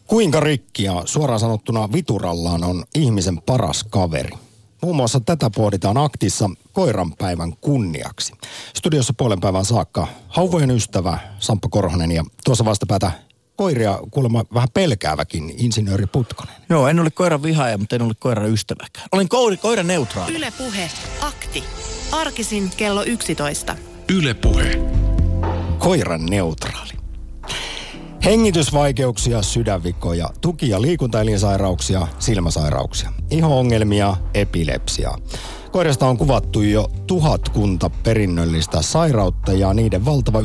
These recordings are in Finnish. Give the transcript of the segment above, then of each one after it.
Kuinka rikki ja suoraan sanottuna viturallaan on ihmisen paras kaveri? Muun muassa tätä pohditaan Aktissa koiranpäivän kunniaksi. Studiossa puolen päivän saakka hauvojen ystävä Samppa Korhonen ja tuossa vastapäätä koiria kuulemma vähän pelkääväkin insinööri Putkonen. Joo, en ole koiran vihaaja, mutta en ole koiran ystäväkään. Olen koiran neutraali. Yle Puhe. Akti. Arkisin kello 11. Yle Puhe. Koiran neutraali. Hengitysvaikeuksia, sydänvikoja, tuki- ja liikuntaelinsairauksia, silmäsairauksia, iho-ongelmia, epilepsiaa. Koirasta on kuvattu jo 1000 perinnöllistä sairautta ja niiden valtava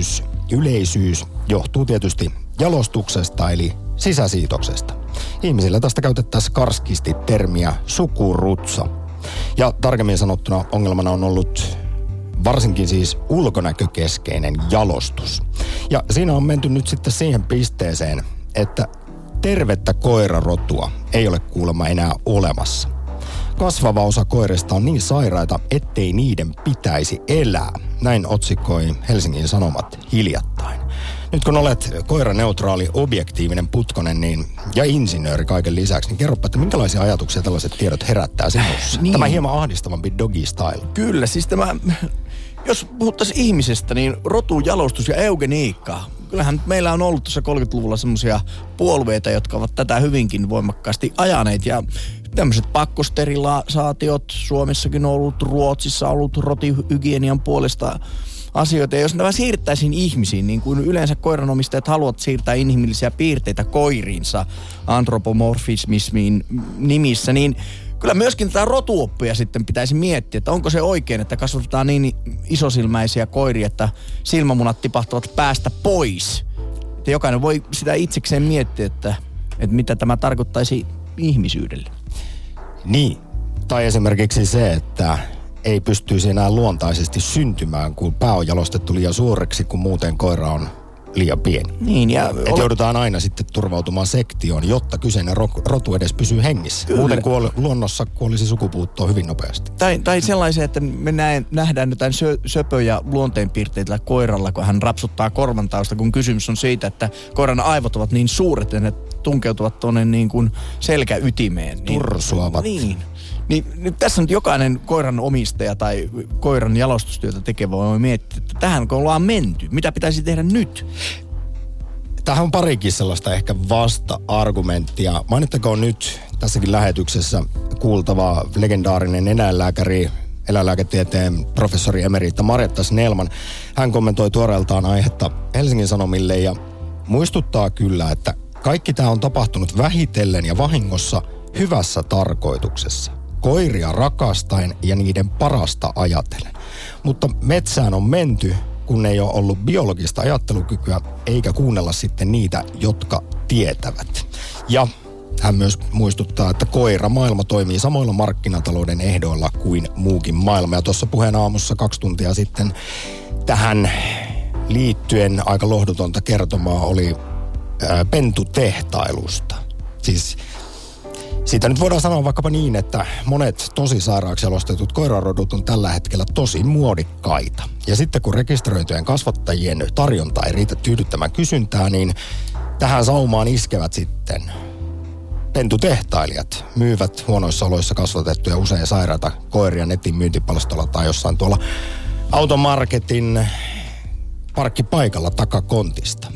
yleisyys johtuu tietysti jalostuksesta eli sisäsiitoksesta. Ihmisillä tästä käytettäisiin karskisti termiä sukurutsa. Ja tarkemmin sanottuna ongelmana on ollut varsinkin siis ulkonäkökeskeinen jalostus. Ja siinä on menty nyt sitten siihen pisteeseen, että tervettä koirarotua ei ole kuulemma enää olemassa. Kasvava osa koirista on niin sairaita, ettei niiden pitäisi elää. Näin otsikoi Helsingin Sanomat hiljattain. Nyt kun olet koiraneutraali, objektiivinen Putkonen ja insinööri kaiken lisäksi, niin kerropa, että minkälaisia ajatuksia tällaiset tiedot herättää sinussa? Niin. Tämä hieman ahdistavampi doggy style. Kyllä, siis jos puhuttaisiin ihmisestä, niin rotu, jalostus ja eugeniikka. Kyllähän meillä on ollut tuossa 30-luvulla semmoisia puolueita, jotka ovat tätä hyvinkin voimakkaasti ajaneet. Ja tämmöiset pakkosterilisaatiot Suomessakin on ollut, Ruotsissa on ollut rotihygienian puolesta asioita. Ja jos nämä siirtäisiin ihmisiin, niin kuin yleensä koiranomistajat haluavat siirtää inhimillisiä piirteitä koiriinsa antropomorfismin nimissä, niin kyllä myöskin tätä rotuoppia sitten pitäisi miettiä, että onko se oikein, että kasvatetaan niin isosilmäisiä koiria, että silmämunat tipahtavat päästä pois. Että jokainen voi sitä itsekseen miettiä, että mitä tämä tarkoittaisi ihmisyydelle. Niin, tai esimerkiksi se, että ei pystyisi enää luontaisesti syntymään, kun pää on jalostettu liian suureksi, kun muuten koira on liian pieni. Niin, ja joudutaan aina sitten turvautumaan sektioon, jotta kyseinen rotu edes pysyy hengissä. Kyllä. Muuten luonnossa kuolisi sukupuuttoon hyvin nopeasti. Tai sellaisia, että me nähdään jotain söpöjä luonteenpiirteitä koiralla, kun hän rapsuttaa korvan tausta, kun kysymys on siitä, että koiran aivot ovat niin suuret, että ne tunkeutuvat tuonne niin kuin selkäytimeen. Tursuavat. Niin tässä nyt jokainen koiran omistaja tai koiran jalostustyötä tekevä voi miettiä, että tähän kun ollaan menty, mitä pitäisi tehdä nyt? Tähän on parikin sellaista ehkä vasta-argumenttia. Mainittakoon nyt tässäkin lähetyksessä kuultava legendaarinen eläinlääketieteen professori emerita Marjatta Snellman. Hän kommentoi tuoreeltaan aihetta Helsingin Sanomille ja muistuttaa kyllä, että kaikki tämä on tapahtunut vähitellen ja vahingossa hyvässä tarkoituksessa. Koiria rakastaen ja niiden parasta ajatellen. Mutta metsään on menty, kun ei ole ollut biologista ajattelukykyä, eikä kuunnella sitten niitä, jotka tietävät. Ja hän myös muistuttaa, että koiramaailma toimii samoilla markkinatalouden ehdoilla kuin muukin maailma. Ja tuossa puheen aamussa 2 tuntia sitten tähän liittyen aika lohdutonta kertomaa oli pentutehtailusta. Siis siitä nyt voidaan sanoa vaikkapa niin, että monet tosi sairaaksi jalostetut koirarodut on tällä hetkellä tosi muodikkaita. Ja sitten kun rekisteröityjen kasvattajien tarjonta ei riitä tyydyttämään kysyntää, niin tähän saumaan iskevät sitten pentutehtailijat. Myyvät huonoissa oloissa kasvatettuja usein sairaita koiria netin myyntipalstolla tai jossain tuolla automarketin parkkipaikalla takakontista.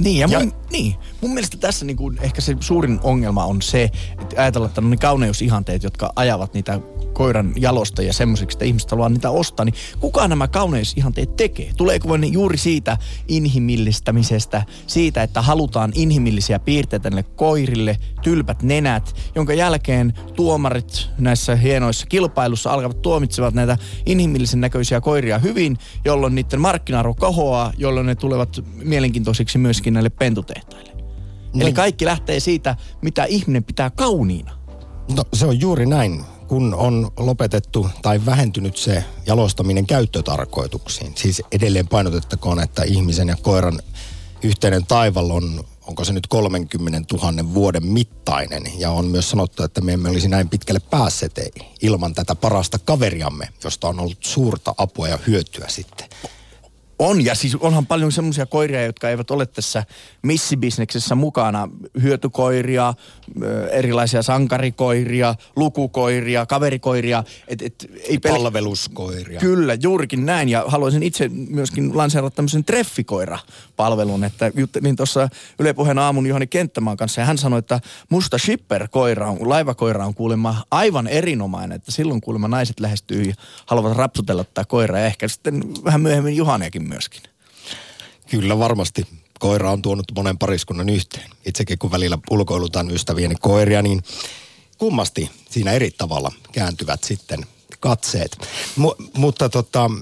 Mun mielestä tässä niinku ehkä se suurin ongelma on se, että ajatellaan, että ne kauneusihanteet, jotka ajavat niitä koiran jalostajia semmoisiksi, että ihmiset haluaa niitä ostaa, niin kuka nämä kauneusihanteet tekee? Tuleeko ne juuri siitä inhimillistämisestä, siitä, että halutaan inhimillisiä piirteitä näille koirille, tylpät nenät, jonka jälkeen tuomarit näissä hienoissa kilpailussa alkavat tuomitsevat näitä inhimillisen näköisiä koiria hyvin, jolloin niiden markkina-arvo kohoaa, jolloin ne tulevat mielenkiintoisiksi myöskin näille pentutehtaille. Niin. Eli kaikki lähtee siitä, mitä ihminen pitää kauniina. No se on juuri näin, kun on lopetettu tai vähentynyt se jalostaminen käyttötarkoituksiin. Siis edelleen painotettakoon, että ihmisen ja koiran yhteinen taival onko se nyt 30 000 vuoden mittainen. Ja on myös sanottu, että me emme olisi näin pitkälle päässeet ilman tätä parasta kaveriamme, josta on ollut suurta apua ja hyötyä sitten On, ja siis onhan paljon semmoisia koiria, jotka eivät ole tässä missibisneksessä mukana. Hyötykoiria, erilaisia sankarikoiria, lukukoiria, kaverikoiria. Palveluskoiria. Kyllä, juurikin näin. Ja haluaisin itse myöskin lanseerata tämmöisen treffikoira-palvelun. Että juttelin tuossa Yle Puheen aamun Juhani Kenttämaan kanssa, ja hän sanoi, että musta laivakoira on kuulemma aivan erinomainen. Että silloin kuulemma naiset lähestyy ja haluavat rapsutella tätä koiraa, ja ehkä sitten vähän myöhemmin Juhaniakin myöskin. Kyllä varmasti. Koira on tuonut monen pariskunnan yhteen. Itsekin kun välillä ulkoilutaan ystävieni koiria, niin kummasti siinä eri tavalla kääntyvät sitten katseet. Mutta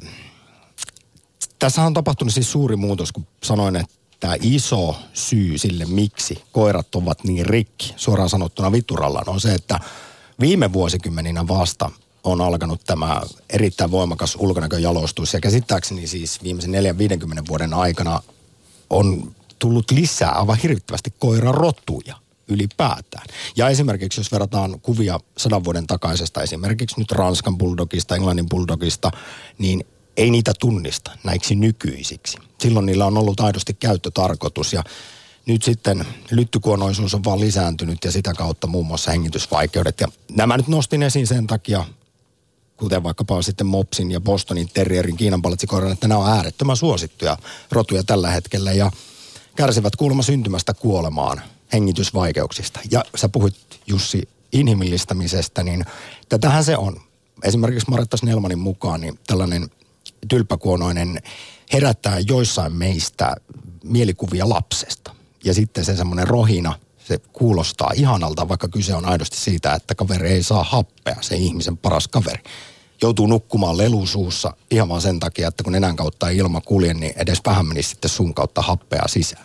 tässä on tapahtunut siis suuri muutos, kun sanoin, että iso syy sille, miksi koirat ovat niin rikki, suoraan sanottuna viturallaan, on se, että viime vuosikymmeninä vasta on alkanut tämä erittäin voimakas ulkonäköjalostus. Ja käsittääkseni siis viimeisen 4-50 vuoden aikana on tullut lisää aivan hirvittävästi koirarotuja ylipäätään. Ja esimerkiksi jos verrataan kuvia 100 vuoden takaisesta, esimerkiksi nyt Ranskan bulldogista, Englannin bulldogista, niin ei niitä tunnista näiksi nykyisiksi. Silloin niillä on ollut aidosti käyttötarkoitus ja nyt sitten lyttykuonoisuus on vaan lisääntynyt ja sitä kautta muun muassa hengitysvaikeudet. Ja nämä nyt nostin esiin sen takia, kuten vaikkapa sitten Mopsin ja Bostonin terrierin kiinanpalitsikoiran, että nämä on äärettömän suosittuja rotuja tällä hetkellä ja kärsivät kuulemma syntymästä kuolemaan hengitysvaikeuksista. Ja sä puhuit, Jussi, inhimillistämisestä, niin tätähän se on. Esimerkiksi Maretta Snellmanin mukaan niin tällainen tylppäkuonoinen herättää joissain meistä mielikuvia lapsesta. Ja sitten se semmoinen rohina, se kuulostaa ihanalta, vaikka kyse on aidosti siitä, että kaveri ei saa happea, se ihmisen paras kaveri. Joutuu nukkumaan lelusuussa ihan vaan sen takia, että kun nenän kautta ei ilma kulje, niin edes vähän menisi sitten suun kautta happea sisään.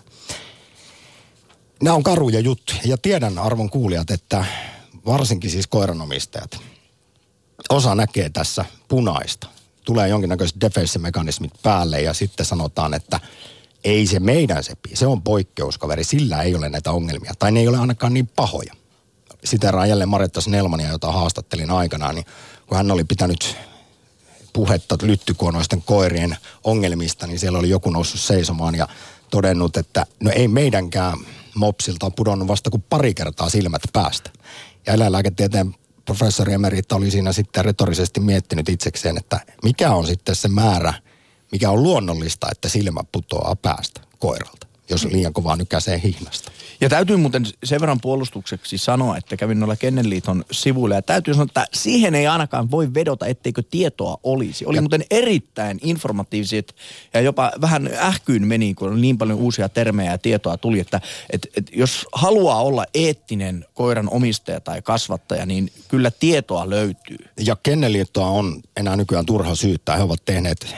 Nämä on karuja juttuja ja tiedän, arvon kuulijat, että varsinkin siis koiranomistajat, osa näkee tässä punaista. Tulee jonkinnäköiset defense-mekanismit päälle ja sitten sanotaan, että ei se meidän sepi, se on poikkeuskaveri, sillä ei ole näitä ongelmia. Tai ne ei ole ainakaan niin pahoja. Siteraan jälleen Maretta Snellmania, jota haastattelin aikanaan, niin kun hän oli pitänyt puhetta lyttykuonoisten koirien ongelmista, niin siellä oli joku noussut seisomaan ja todennut, että no ei meidänkään Mopsilta on pudonnut vasta kuin pari kertaa silmät päästä. Ja eläinlääketieteen professori emerita oli siinä sitten retorisesti miettinyt itsekseen, että mikä on sitten se määrä, mikä on luonnollista, että silmä putoaa päästä koiralta, jos liian kovaa nykäisee hihnasta. Ja täytyy muuten sen verran puolustukseksi sanoa, että kävin noilla Kennelliiton sivuilla ja täytyy sanoa, että siihen ei ainakaan voi vedota, etteikö tietoa olisi. Oli muuten erittäin informatiiviset ja jopa vähän ähkyyn meni, kun niin paljon uusia termejä ja tietoa tuli, että jos haluaa olla eettinen koiran omistaja tai kasvattaja, niin kyllä tietoa löytyy. Ja Kennelliittoa on enää nykyään turha syyttää. He ovat tehneet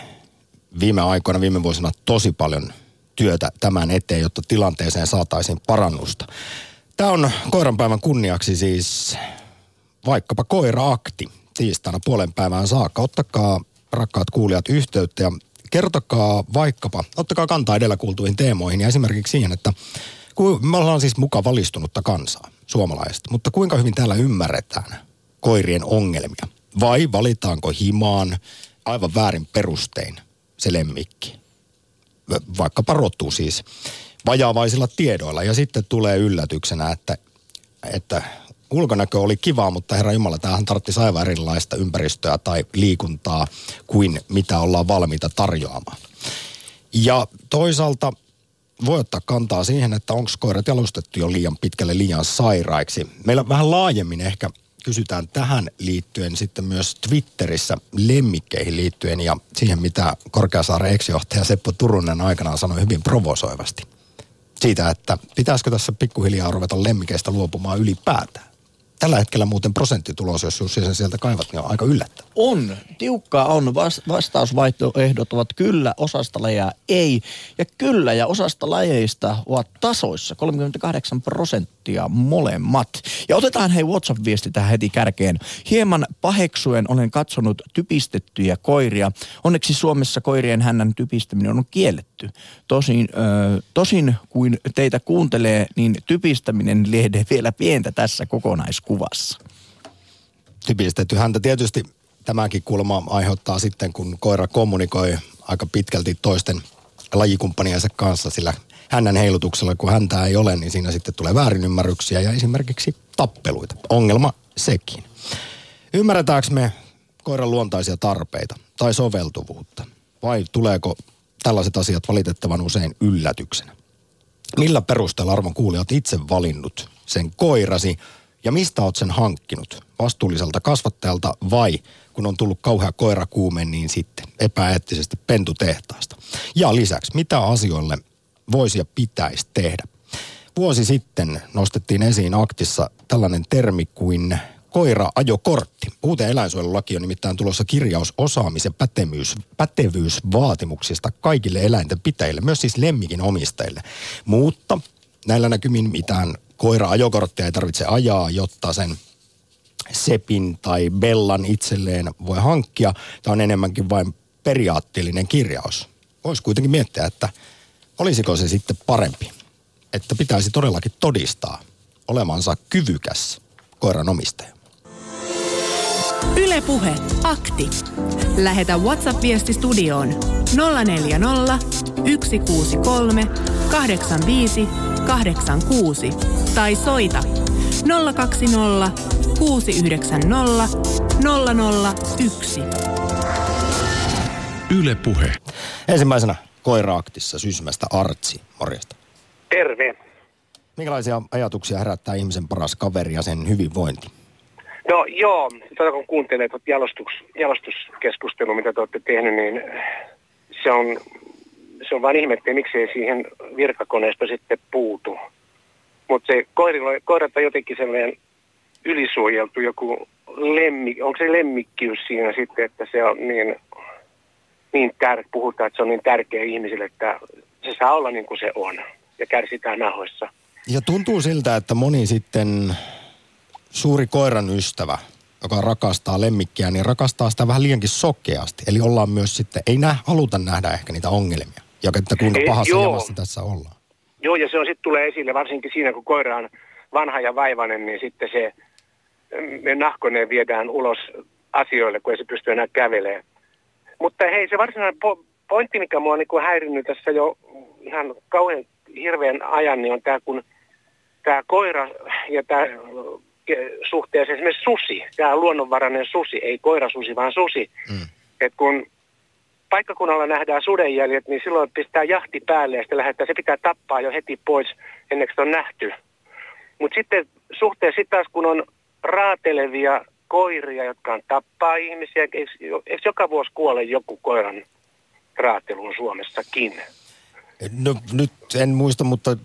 viime vuosina tosi paljon työtä tämän eteen, jotta tilanteeseen saataisiin parannusta. Tämä on koiranpäivän kunniaksi siis vaikkapa koira-akti tiistaina puolen päivään saakka. Ottakaa, rakkaat kuulijat, yhteyttä ja kertokaa vaikkapa, ottakaa kantaa edellä kuultuihin teemoihin ja esimerkiksi siihen, että me ollaan siis muka valistunutta kansaa, suomalaiset, mutta kuinka hyvin täällä ymmärretään koirien ongelmia? Vai valitaanko himaan aivan väärin perustein se lemmikki? Vaikkapa rotu siis, vajaavaisilla tiedoilla. Ja sitten tulee yllätyksenä, että ulkonäkö oli kivaa, mutta herra Jumala, tämähän tarvitsisi aivan erilaista ympäristöä tai liikuntaa kuin mitä ollaan valmiita tarjoamaan. Ja toisaalta voi ottaa kantaa siihen, että onko koirat jalostettu jo liian pitkälle, liian sairaiksi. Meillä vähän laajemmin ehkä kysytään tähän liittyen sitten myös Twitterissä lemmikkeihin liittyen ja siihen, mitä Korkeasaaren ex-johtaja Seppo Turunen aikanaan sanoi hyvin provosoivasti. Siitä, että pitäisikö tässä pikkuhiljaa ruveta lemmikeistä luopumaan ylipäätään. Tällä hetkellä muuten prosenttitulos, jos Jussi sen sieltä kaivat, niin on aika yllättävää. On. Tiukkaa on. Vastausvaihtoehdot ovat kyllä, osasta lajeja ei. Ja kyllä, ja osasta lajeista ovat tasoissa 38% molemmat. Ja otetaan hei WhatsApp-viesti tähän heti kärkeen. Hieman paheksuen olen katsonut typistettyjä koiria. Onneksi Suomessa koirien hännän typistäminen on kielletty. Tosin kuin teitä kuuntelee, niin typistäminen lienee vielä pientä tässä kokonaiskuvassa. Typistetty häntä tietysti tämäkin kulma aiheuttaa sitten, kun koira kommunikoi aika pitkälti toisten lajikumpaniensa kanssa, sillä hännän heilutuksella, kun häntä ei ole, niin siinä sitten tulee väärinymmärryksiä ja esimerkiksi tappeluita. Ongelma sekin. Ymmärretäänkö me koiran luontaisia tarpeita tai soveltuvuutta? Vai tuleeko tällaiset asiat valitettavan usein yllätyksenä? Millä perusteella, arvon kuulijat, itse valinnut sen koirasi ja mistä olet sen hankkinut? Vastuulliselta kasvattajalta vai kun on tullut kauhea koirakuume, niin sitten epäeettisesti pentutehtaasta? Ja lisäksi, mitä asioille voisi ja pitäisi tehdä? Vuosi sitten nostettiin esiin aktissa tällainen termi kuin koira-ajokortti. Uuteen eläinsuojelulakiin on nimittäin tulossa kirjaus osaamis- ja pätevyysvaatimuksista kaikille eläinten pitäjille, myös siis lemmikin omistajille. Mutta näillä näkymin mitään koira-ajokorttia ei tarvitse ajaa, jotta sen sepin tai bellan itselleen voi hankkia. Tämä on enemmänkin vain periaatteellinen kirjaus. Voisi kuitenkin miettiä, että olisiko se sitten parempi, että pitäisi todellakin todistaa olemansa kyvykäs koiran omistaja. Yle Puhe, akti. Lähetä WhatsApp-viesti studioon 040 163 85 86 tai soita 020 690 001. Yle Puhe. Ensimmäisenä koira-aktissa Sysmästä Artsi. Morjesta. Terve. Minkälaisia ajatuksia herättää ihmisen paras kaveri ja sen hyvinvointi? No joo, kun kuuntelee jalostuskeskustelua, mitä te olette tehnyt, niin se on vaan ihme, että miksei siihen virkakoneesta sitten puutu. Mutta se koirat on jotenkin sellainen ylisuojeltu joku onko se lemmikkiys siinä sitten, että se on puhutaan, että se on niin tärkeä ihmisille, että se saa olla niin kuin se on ja kärsitään nahoissa. Ja tuntuu siltä, että moni sitten suuri koiran ystävä, joka rakastaa lemmikkiä, niin rakastaa sitä vähän liiankin sokeasti. Eli ollaan myös sitten, haluta nähdä ehkä niitä ongelmia. Ja että kuinka pahassa jamassa tässä ollaan. Joo, ja se on sitten tulee esille varsinkin siinä, kun koira on vanha ja vaivainen, niin sitten se nahkoneen viedään ulos asioille, kun ei se pysty enää kävelemään. Mutta hei, se varsinainen pointti, mikä mua on niin häirinnyt tässä jo ihan kauhean hirveän ajan, niin on tämä, kun tämä koira ja tämä suhteessa esimerkiksi susi, tämä luonnonvarainen susi, ei koirasusi, vaan susi. Että kun paikkakunnalla nähdään sudenjäljet, niin silloin pistää jahti päälle ja sitten lähdetään, se pitää tappaa jo heti pois ennen kuin se on nähty. Mutta sitten suhteessa taas, kun on raatelevia koiria, jotka tappaa ihmisiä, eikö joka vuosi kuole joku koiran raateluun Suomessakin? No nyt en muista, mutta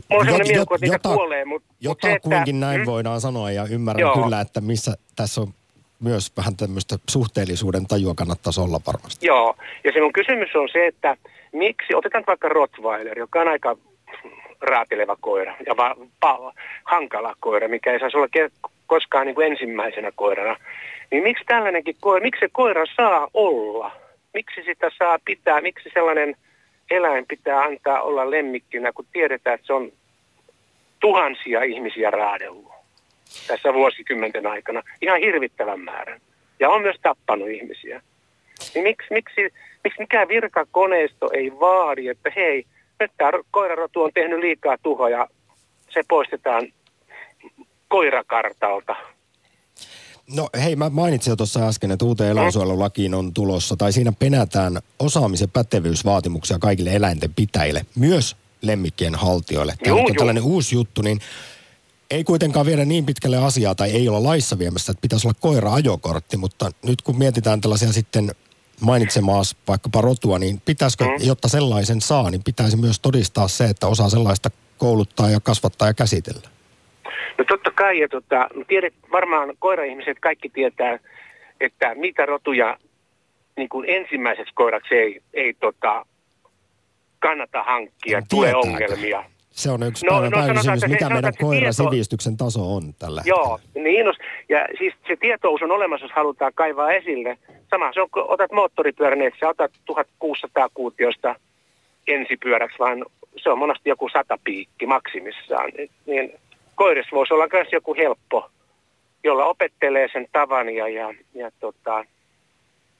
jotakuinkin näin voidaan sanoa ja ymmärrän kyllä, että missä tässä on myös vähän tämmöistä suhteellisuuden tajua kannattaisi olla varmasti. Joo, ja se mun kysymys on se, että miksi, otetaan vaikka Rottweiler, joka on aika raateleva koira ja hankala koira, mikä ei saisi olla koskaan niin kuin ensimmäisenä koirana, niin miksi tällainenkin koira, miksi se koira saa olla? Miksi sitä saa pitää, miksi sellainen eläin pitää antaa olla lemmikkinä, kun tiedetään, että se on tuhansia ihmisiä raadellut tässä vuosikymmenten aikana. Ihan hirvittävän määrän. Ja on myös tappanut ihmisiä. Niin miksi mikään virkakoneisto ei vaadi, että hei, nyt tämä koirarotu on tehnyt liikaa tuhoa ja se poistetaan koirakartalta. No hei, mä mainitsin jo tuossa äsken, että uuteen eläinsuojelulakiin on tulossa, tai siinä penätään osaamis- ja pätevyysvaatimuksia kaikille eläinten pitäjille, myös lemmikkien haltijoille. Tämä on tällainen uusi juttu, niin ei kuitenkaan viedä niin pitkälle asiaa, tai ei olla laissa viemässä, että pitäisi olla koira-ajokortti, mutta nyt kun mietitään tällaisia sitten mainitsemaas vaikkapa rotua, niin pitäisikö, jotta sellaisen saa, niin pitäisi myös todistaa se, että osaa sellaista kouluttaa ja kasvattaa ja käsitellä? No totta kai, ja tiedät, varmaan koira-ihmiset kaikki tietää, että mitä rotuja niin kuin ensimmäiseksi koiraksi ei kannata hankkia, tulee ongelmia. Se on yksi pääkysymys, mikä meidän koirasivistyksen taso on tällä hetkellä. Joo, niin ja siis se tietous on olemassa, jos halutaan kaivaa esille. Sama se on, kun otat moottoripyörän, että sä otat 1600 kuutiosta ensipyöräksi, vaan se on monesti joku 100 piikki maksimissaan. Niin koirissa voisi olla myös joku helppo, jolla opettelee sen tavan ja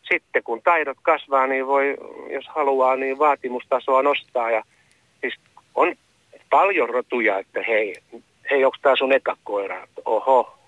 sitten kun taidot kasvaa, niin voi, jos haluaa, niin vaatimustasoa nostaa. Ja siis on paljon rotuja, että hei, onko tämä sun eka koira? Oho.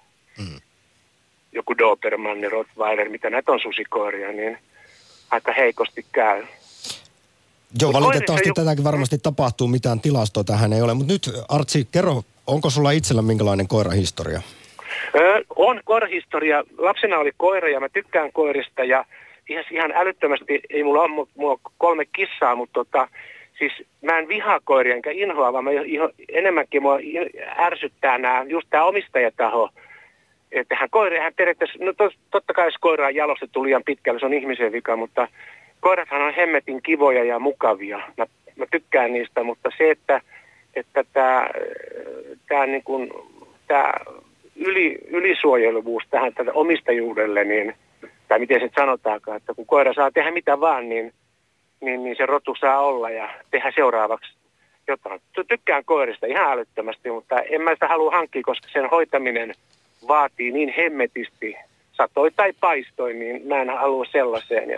Joku Dobermanni, Rottweiler, mitä näitä on susikoiria, niin aika heikosti käy. Joo, valitettavasti tätäkin varmasti tapahtuu, mitään tilastoa tähän ei ole. Mutta nyt Artsi, kerro, onko sulla itsellä minkälainen koirahistoria? On koirahistoria. Lapsena oli koira ja mä tykkään koirista ja ihan älyttömästi, ei mulla ole 3 kissaa, mutta siis mä en vihaa koiria enkä inhoa, vaan enemmänkin mua ärsyttää just tämä omistajataho. Että hän periaatteessa, no totta kai jos koira on jalostettu liian pitkälle, se on ihmisen vika, mutta koirathan on hemmetin kivoja ja mukavia. Mä tykkään niistä, mutta se, että tämä niin kuin, tämä ylisuojeluvuus tähän tätä omistajuudelle, niin, tai miten se sanotaankaan, että kun koira saa tehdä mitä vaan, niin se rotu saa olla ja tehdä seuraavaksi jotain. Tykkään koirista ihan älyttömästi, mutta en mä sitä halua hankkia, koska sen hoitaminen vaatii niin hemmetisti, satoi tai paistoi, niin mä en halua sellaiseen.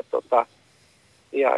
Ja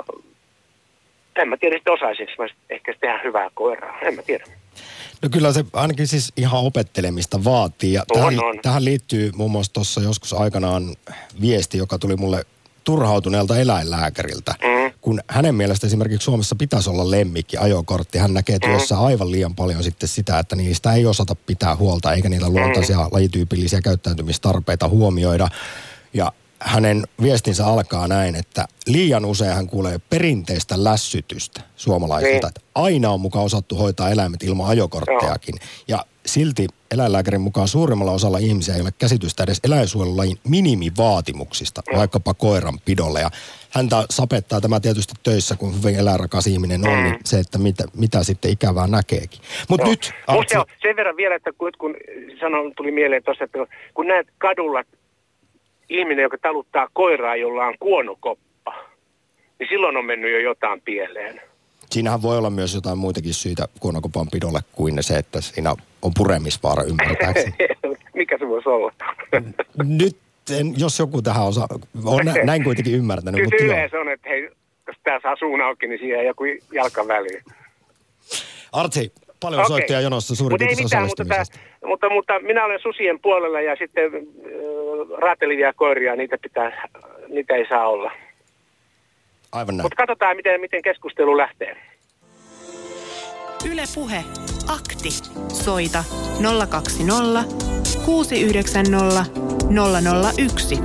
en mä tiedä, että osaisinko mä ehkä tehdä hyvää koiraa, en mä tiedä. No kyllä se ainakin siis ihan opettelemista vaatii. Ja tähän liittyy muun muassa tuossa joskus aikanaan viesti, joka tuli mulle turhautuneelta eläinlääkäriltä. Kun hänen mielestä esimerkiksi Suomessa pitäisi olla lemmikki, ajokortti. Hän näkee työssä aivan liian paljon sitten sitä, että niistä ei osata pitää huolta, eikä niitä luontaisia lajityypillisiä käyttäytymistarpeita huomioida. Ja hänen viestinsä alkaa näin, että liian usein hän kuulee perinteistä lässytystä suomalaisilta, että aina on mukaan osattu hoitaa eläimet ilman ajokorttejakin. Ja silti eläinlääkärin mukaan suurimmalla osalla ihmisiä ei ole käsitystä edes eläinsuojelulajin minimivaatimuksista, vaikkapa koiranpidolle. Ja häntä sapettaa tämä tietysti töissä, kun hyvin eläinrakas ihminen on, niin se, että mitä sitten ikävää näkeekin. Mutta nyt sen verran vielä, että kun tuli mieleen tuossa, että kun näet kadulla ihminen, joka taluttaa koiraa, jolla on kuonokoppa, niin silloin on mennyt jo jotain pieleen. Siinähän voi olla myös jotain muitakin syitä kuonokopan pidolle kuin se, että siinä on puremisvaara ymmärtääkseni. Mikä se voisi olla? Nyt jos joku tähän on näin kuitenkin ymmärtänyt. Kyllä yleensä on, että hei, jos tää saa suun auki, niin siihen joku jalka väliin. Artsi, paljon soittajia jonossa, suuri kiitos osallistumisesta. Mutta minä olen susien puolella ja sitten raatelivia koiria, niitä ei saa olla. Aivan näin. Mutta katsotaan, miten keskustelu lähtee. Yle Puhe. Akti. Soita 020 690 001.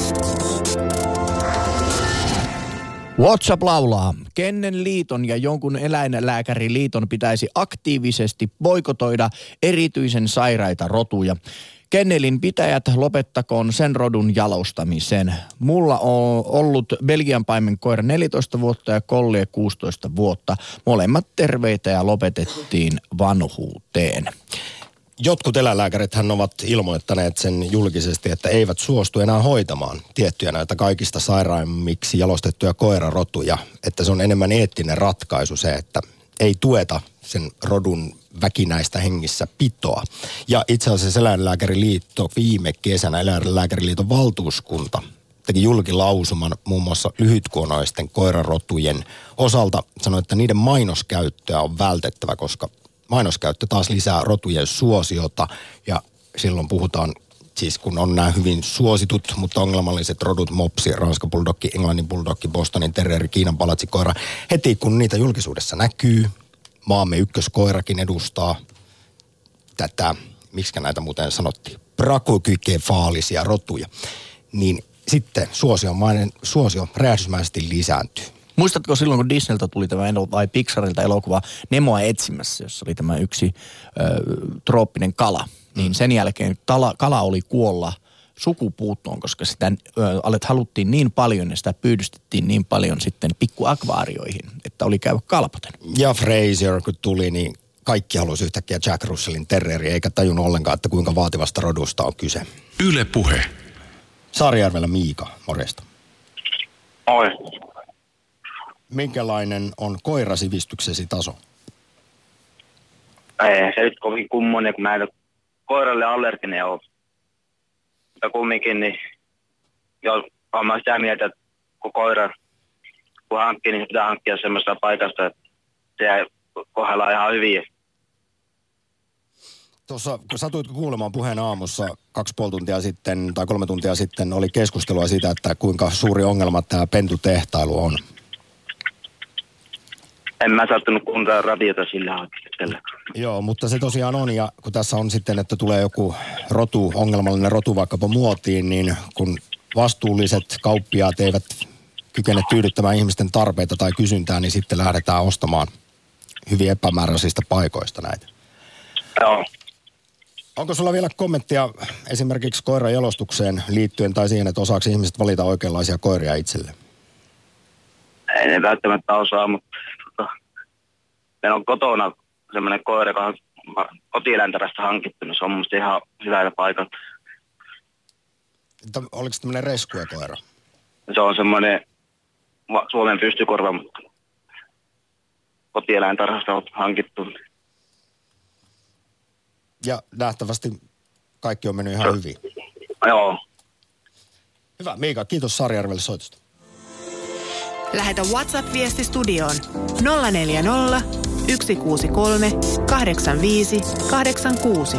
WhatsApp laulaa. Kennelliiton ja jonkun eläinlääkäriliiton pitäisi aktiivisesti boikotoida erityisen sairaita rotuja. Kennelin pitäjät lopettakoon sen rodun jalostamisen. Mulla on ollut Belgian paimenkoira 14 vuotta ja kollie 16 vuotta. Molemmat terveitä ja lopetettiin vanhuuteen. Jotkut eläinlääkärithän ovat ilmoittaneet sen julkisesti, että eivät suostu enää hoitamaan tiettyjä näitä kaikista sairaimmiksi jalostettuja koirarotuja. Että se on enemmän eettinen ratkaisu se, että ei tueta sen rodun väkinäistä hengissä pitoa. Ja itse asiassa Eläinlääkäriliitto viime kesänä, Eläinlääkäriliiton valtuuskunta teki julkilausuman muun muassa lyhytkuonoisten koirarotujen osalta. Sanoi, että niiden mainoskäyttöä on vältettävä, koska mainoskäyttö taas lisää rotujen suosiota ja silloin puhutaan, siis kun on nämä hyvin suositut, mutta ongelmalliset rodut, mopsi, Ranska bulldoggi, Englannin bulldoggi, Bostonin terrieri, Kiinan palatsikoira, heti kun niitä julkisuudessa näkyy, maamme ykköskoirakin edustaa tätä, miksikä näitä muuten sanottiin, brakokykefaalisia rotuja, niin sitten suosio räjähdysmäisesti lisääntyy. Muistatko silloin, kun Disneyltä tuli tämä vai Pixarilta elokuva Nemoa etsimässä, jossa oli tämä yksi trooppinen kala, niin sen jälkeen kala oli kuolla sukupuuttoon, koska sitä haluttiin niin paljon ja sitä pyydystettiin niin paljon sitten pikkuakvaarioihin, että oli käydä kalpoten. Ja Fraser, kun tuli, niin kaikki halusi yhtäkkiä Jack Russellin terrieri, eikä tajunnut ollenkaan, että kuinka vaativasta rodusta on kyse. Yle Puhe. Saarijärvellä Miika, morjesta. Oi. Minkälainen on koirasivistyksesi taso? Ei se nyt kovin kummonen, kun mä en ole koiralle allerginen ole. Mutta kumminkin, niin jos olen mä sitä mieltä, että kun koira kun hankkii, niin se pitää hankkia semmoisesta paikasta, että se kohdellaan ihan hyvin. Tuossa, kun satuitko kuulemaan puheen aamussa 2,5 tuntia sitten tai 3 tuntia sitten, oli keskustelua siitä, että kuinka suuri ongelma tämä pentutehtailu on? En mä sattunut kuuntelemaan radiota sillä hetkellä. Joo, mutta se tosiaan on, ja kun tässä on sitten, että tulee joku ongelmallinen rotu vaikkapa muotiin, niin kun vastuulliset kauppiaat eivät kykene tyydyttämään ihmisten tarpeita tai kysyntää, niin sitten lähdetään ostamaan hyvin epämääräisistä paikoista näitä. Joo. Onko sulla vielä kommenttia esimerkiksi koiran jalostukseen liittyen tai siihen, että osaako ihmiset valita oikeanlaisia koiria itselle? Ei ne välttämättä osaa, mutta meillä on kotona semmoinen koira, joka on kotieläintärästä hankittu, niin se on musta ihan hyvä paikat. Oliko se tämmöinen rescue-koira? Se on semmoinen Suomen pystykorva, mutta kotieläintarhasta on hankittu. Ja nähtävästi kaikki on mennyt ihan hyvin. Joo. Hyvä, Miika, kiitos Saarijärvelle soitosta. Lähetä WhatsApp-viesti studioon 040 163 85 86.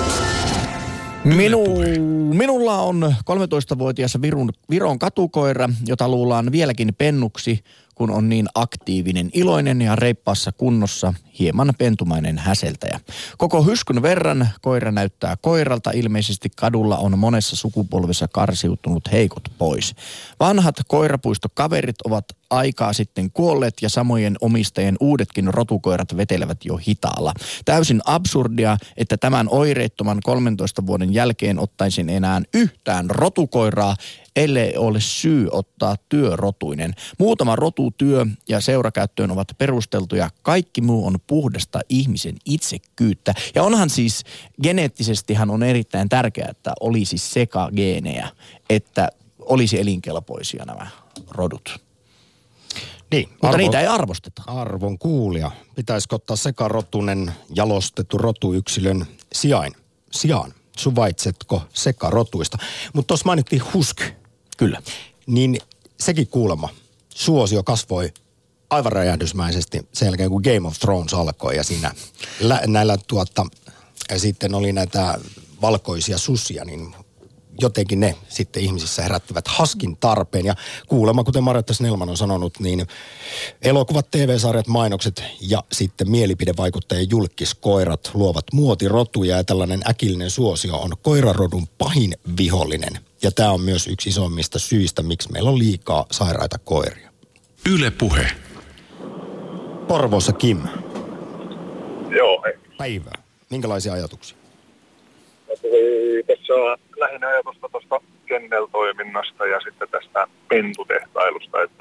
Minulla on 13-vuotias Viron katukoira, jota luullaan vieläkin pennuksi, kun on niin aktiivinen, iloinen ja reippaassa kunnossa, hieman pentumainen häseltäjä. Koko hyskyn verran koira näyttää koiralta, ilmeisesti kadulla on monessa sukupolvessa karsiutunut heikot pois. Vanhat koirapuistokaverit ovat aikaa sitten kuolleet ja samojen omistajien uudetkin rotukoirat vetelevät jo hitaalla. Täysin absurdia, että tämän oireettoman 13 vuoden jälkeen ottaisin enää yhtään rotukoiraa, ellei ole syy ottaa työrotuinen. Muutama rotutyö ja seurakäyttöön ovat perusteltuja. Kaikki muu on puhdasta ihmisen itsekkyyttä. Ja onhan siis, geneettisestihan on erittäin tärkeää, että olisi sekageenejä, että olisi elinkelpoisia nämä rodut. Niin, mutta niitä ei arvosteta. Arvon kuulija. Pitäisikö ottaa sekarotunen jalostettu rotuyksilön sijaan? Suvaitsetko sekarotuista? Mutta tuossa mainittiin husk. Kyllä. Niin sekin kuulemma suosio kasvoi aivan räjähdysmäisesti sen jälkeen, kun Game of Thrones alkoi ja siinä näillä ja sitten oli näitä valkoisia susia, niin jotenkin ne sitten ihmisissä herättivät haskin tarpeen. Ja kuulemma, kuten Marjatta Snellman on sanonut, niin elokuvat, TV-sarjat, mainokset ja sitten mielipidevaikuttajien julkiskoirat luovat muotirotuja ja tällainen äkillinen suosio on koirarodun pahin vihollinen. Ja tämä on myös yksi isommista syistä, miksi meillä on liikaa sairaita koiria. Yle Puhe. Porvoossa Kim. Joo, hei. Päivää. Minkälaisia ajatuksia? Tässä on lähinnä ajatusta tuosta kennel-toiminnasta ja sitten tästä pentutehtailusta, että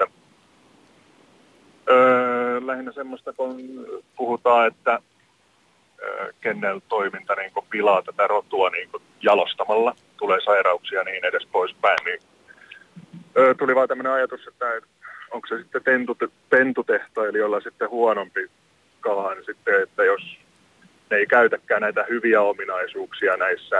lähinnä semmoista, kun puhutaan, että kennel-toiminta niin pilaa tätä rotua niin jalostamalla, tulee sairauksia ja niin edes poispäin, niin tuli vaan tämmöinen ajatus, että onko se sitten pentutehtailijoilla sitten huonompi kala, niin sitten, että jos ne ei käytäkään näitä hyviä ominaisuuksia näissä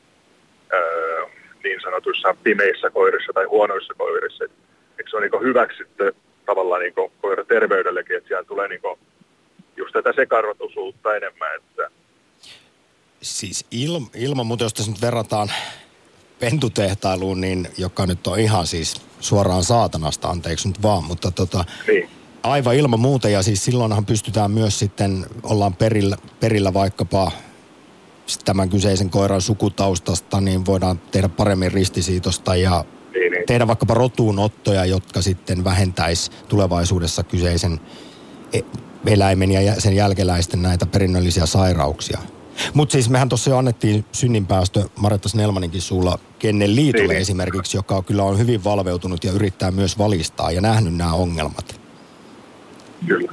niin sanotuissa pimeissä koirissa tai huonoissa koirissa. Eikö se ole niin hyväksytty tavallaan niin koira terveydellekin, että siellä tulee niin just tätä sekarotuisuutta enemmän. Että Siis ilman muuta, jos tässä nyt verrataan pentutehtailuun, niin joka nyt on ihan siis suoraan saatanasta, anteeksi nyt vaan, mutta niin. Aivan ilman muuta, ja siis silloinhan pystytään myös sitten, ollaan perillä vaikkapa tämän kyseisen koiran sukutaustasta, niin voidaan tehdä paremmin ristisiitosta ja tehdä vaikkapa rotuunottoja, jotka sitten vähentäisi tulevaisuudessa kyseisen eläimen ja sen jälkeläisten näitä perinnöllisiä sairauksia. Mutta siis mehän tuossa jo annettiin synninpäästö Marjatta Snellmaninkin suulla Kennelliitolle esimerkiksi, joka kyllä on hyvin valveutunut ja yrittää myös valistaa ja nähnyt nämä ongelmat. Kyllä.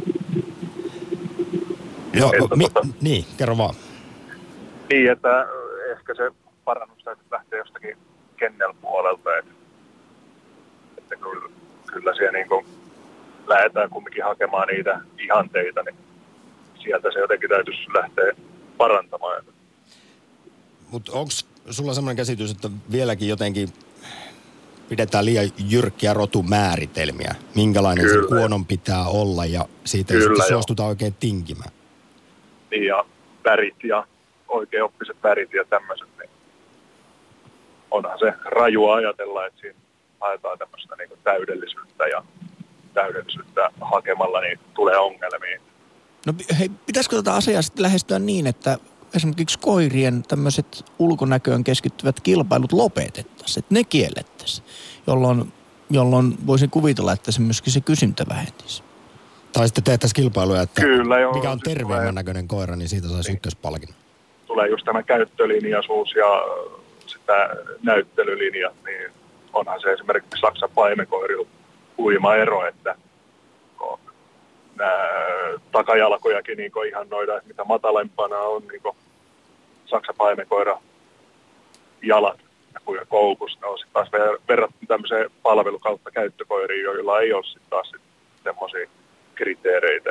Joo, niin, kerro vaan. Niin, että ehkä se parannus täytyy lähteä jostakin kennel-puolelta, että kyllä siellä niin kuin lähdetään kumminkin hakemaan niitä ihanteita, niin sieltä se jotenkin täytyisi lähteä parantamaan. Mutta onko sulla semmoinen käsitys, että vieläkin jotenkin pidetään liian jyrkkiä rotumääritelmiä, minkälainen Kyllä. se kuonon pitää olla ja siitä ei Kyllä, sitten joo. suostutaan oikein tinkimään. Niin, ja värit ja oikeinoppiset värit ja tämmöiset, niin onhan se rajua ajatella, että siinä haetaan tämmöistä niin kuin täydellisyyttä ja täydellisyyttä hakemalla niin tulee ongelmia. No hei, pitäisikö tätä asiaa sitten lähestyä niin, että esimerkiksi koirien tämmöiset ulkonäköön keskittyvät kilpailut lopetettaisiin, että ne kiellettäisiin, jolloin voisin kuvitella, että se myöskin se kysyntä vähentisi. Tai sitten tehtäisiin kilpailuja, että Kyllä, joo. mikä on Siis terveemmän näköinen koira, niin siitä saisi ykköspalkinnon. tulee just tämä käyttölinjaisuus ja sitä näyttelylinjat, niin onhan se esimerkiksi Saksan paimenkoirilla huima ero, että kun nämä takajalkojakin niin ihannoidaan, että mitä matalempana on niin Saksan paimenkoira jalat ja kuinka koukussa ne on sitten taas verrattuna tämmöiseen palvelukautta käyttökoiriin, joilla ei ole sitten taas semmoisia kriteereitä.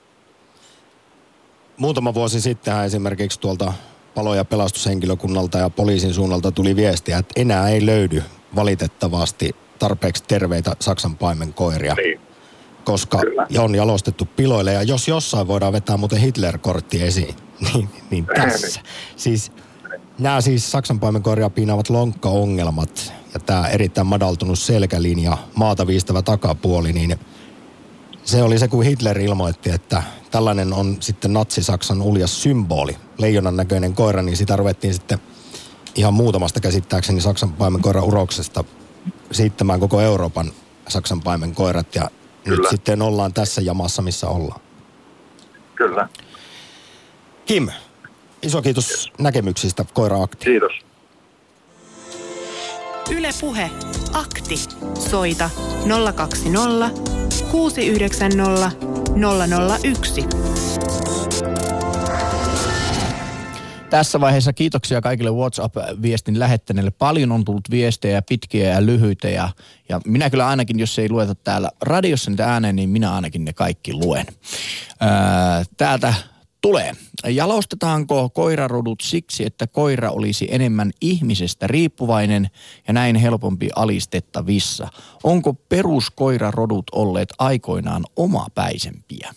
Muutama vuosi sittenhän esimerkiksi tuolta palo- ja pelastushenkilökunnalta ja poliisin suunnalta tuli viestiä, että enää ei löydy valitettavasti tarpeeksi terveitä Saksan paimenkoiria, Niin. koska Kyllä. on jalostettu piloille. Ja jos jossain voidaan vetää muuten Hitler-kortti esiin, niin tässä. Siis nämä siis Saksan paimenkoiria piinaavat lonkkaongelmat ja tämä erittäin madaltunut selkälinja, maata viistävä takapuoli, niin se oli se, kun Hitler ilmoitti, että tällainen on sitten natsi-Saksan uljas symboli, leijonan näköinen koira, niin sitä ruvettiin sitten ihan muutamasta käsittääkseni Saksan paimenkoiran uroksesta siittämään koko Euroopan Saksan paimenkoirat ja Kyllä. nyt sitten ollaan tässä jamassa, missä ollaan. Kyllä. Kim, iso kiitos näkemyksistä Koira-akti. Kiitos. Yle Puhe. Akti. Soita 020 690 001. Tässä vaiheessa kiitoksia kaikille WhatsApp-viestin lähettäneille. Paljon on tullut viestejä, pitkiä ja lyhyitä ja minä kyllä ainakin, jos ei lueta täällä radiossa niitä ääneen, niin minä ainakin ne kaikki luen. Täältä tulee. Jalostetaanko koirarodut siksi, että koira olisi enemmän ihmisestä riippuvainen ja näin helpompi alistettavissa? Onko peruskoirarodut olleet aikoinaan omapäisempiä?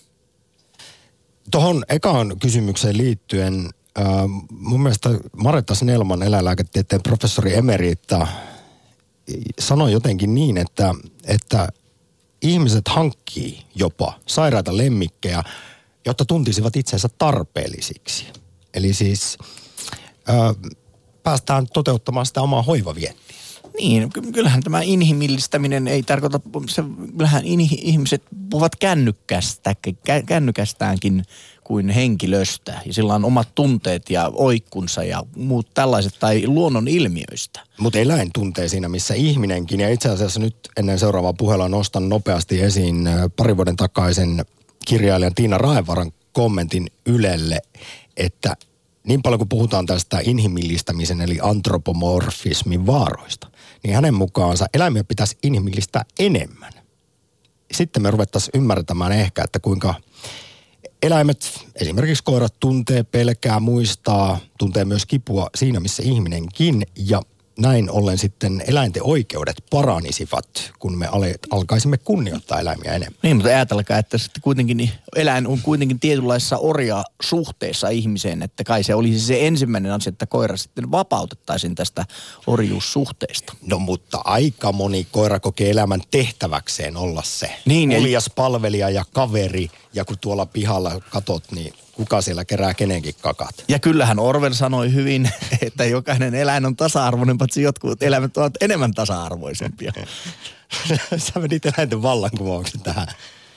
Tuohon ekaan kysymykseen liittyen, mun mielestä Maretta Snellman, eläinlääketieteen professori emerita, sanoi jotenkin niin, että ihmiset hankkii jopa sairaita lemmikkejä, jotta tuntisivat itsensä tarpeellisiksi. Eli siis päästään toteuttamaan sitä omaa hoivaviettiä. Niin, kyllähän tämä inhimillistäminen ei tarkoita, kyllähän ihmiset puhuvat kännykästäänkin kuin henkilöstä. Ja sillä on omat tunteet ja oikkunsa ja muut tällaiset tai luonnon ilmiöistä. Mutta eläin tuntee siinä, missä ihminenkin. Ja itse asiassa nyt ennen seuraavaa puhelua nostan nopeasti esiin pari vuoden takaisen kirjailijan Tiina Raevaran kommentin Ylelle, että niin paljon kuin puhutaan tästä inhimillistämisen eli antropomorfismin vaaroista, niin hänen mukaansa eläimiä pitäisi inhimillistää enemmän. Sitten me ruvettaisiin ymmärtämään ehkä, että kuinka eläimet, esimerkiksi koirat, tuntee, pelkää, muistaa, tuntee myös kipua siinä, missä ihminenkin. Ja näin ollen sitten eläinten oikeudet paranisivat, kun me alkaisimme kunnioittaa eläimiä enemmän. Niin, mutta ajatelkaa, että sitten kuitenkin eläin on kuitenkin tietynlaisessa orjasuhteessa ihmiseen, että kai se olisi se ensimmäinen asia, että koira sitten vapautettaisiin tästä orjuussuhteesta. No mutta aika moni koira kokee elämän tehtäväkseen olla se. Niin, uljas palvelija ja kaveri, ja kun tuolla pihalla katot, niin kuka siellä kerää kenenkin kakat. Ja kyllähän Orwell sanoi hyvin, että jokainen eläin on tasa-arvoinen, paitsi jotkut eläimet ovat enemmän tasa-arvoisempia. Sä menit eläinten vallankumouksen tähän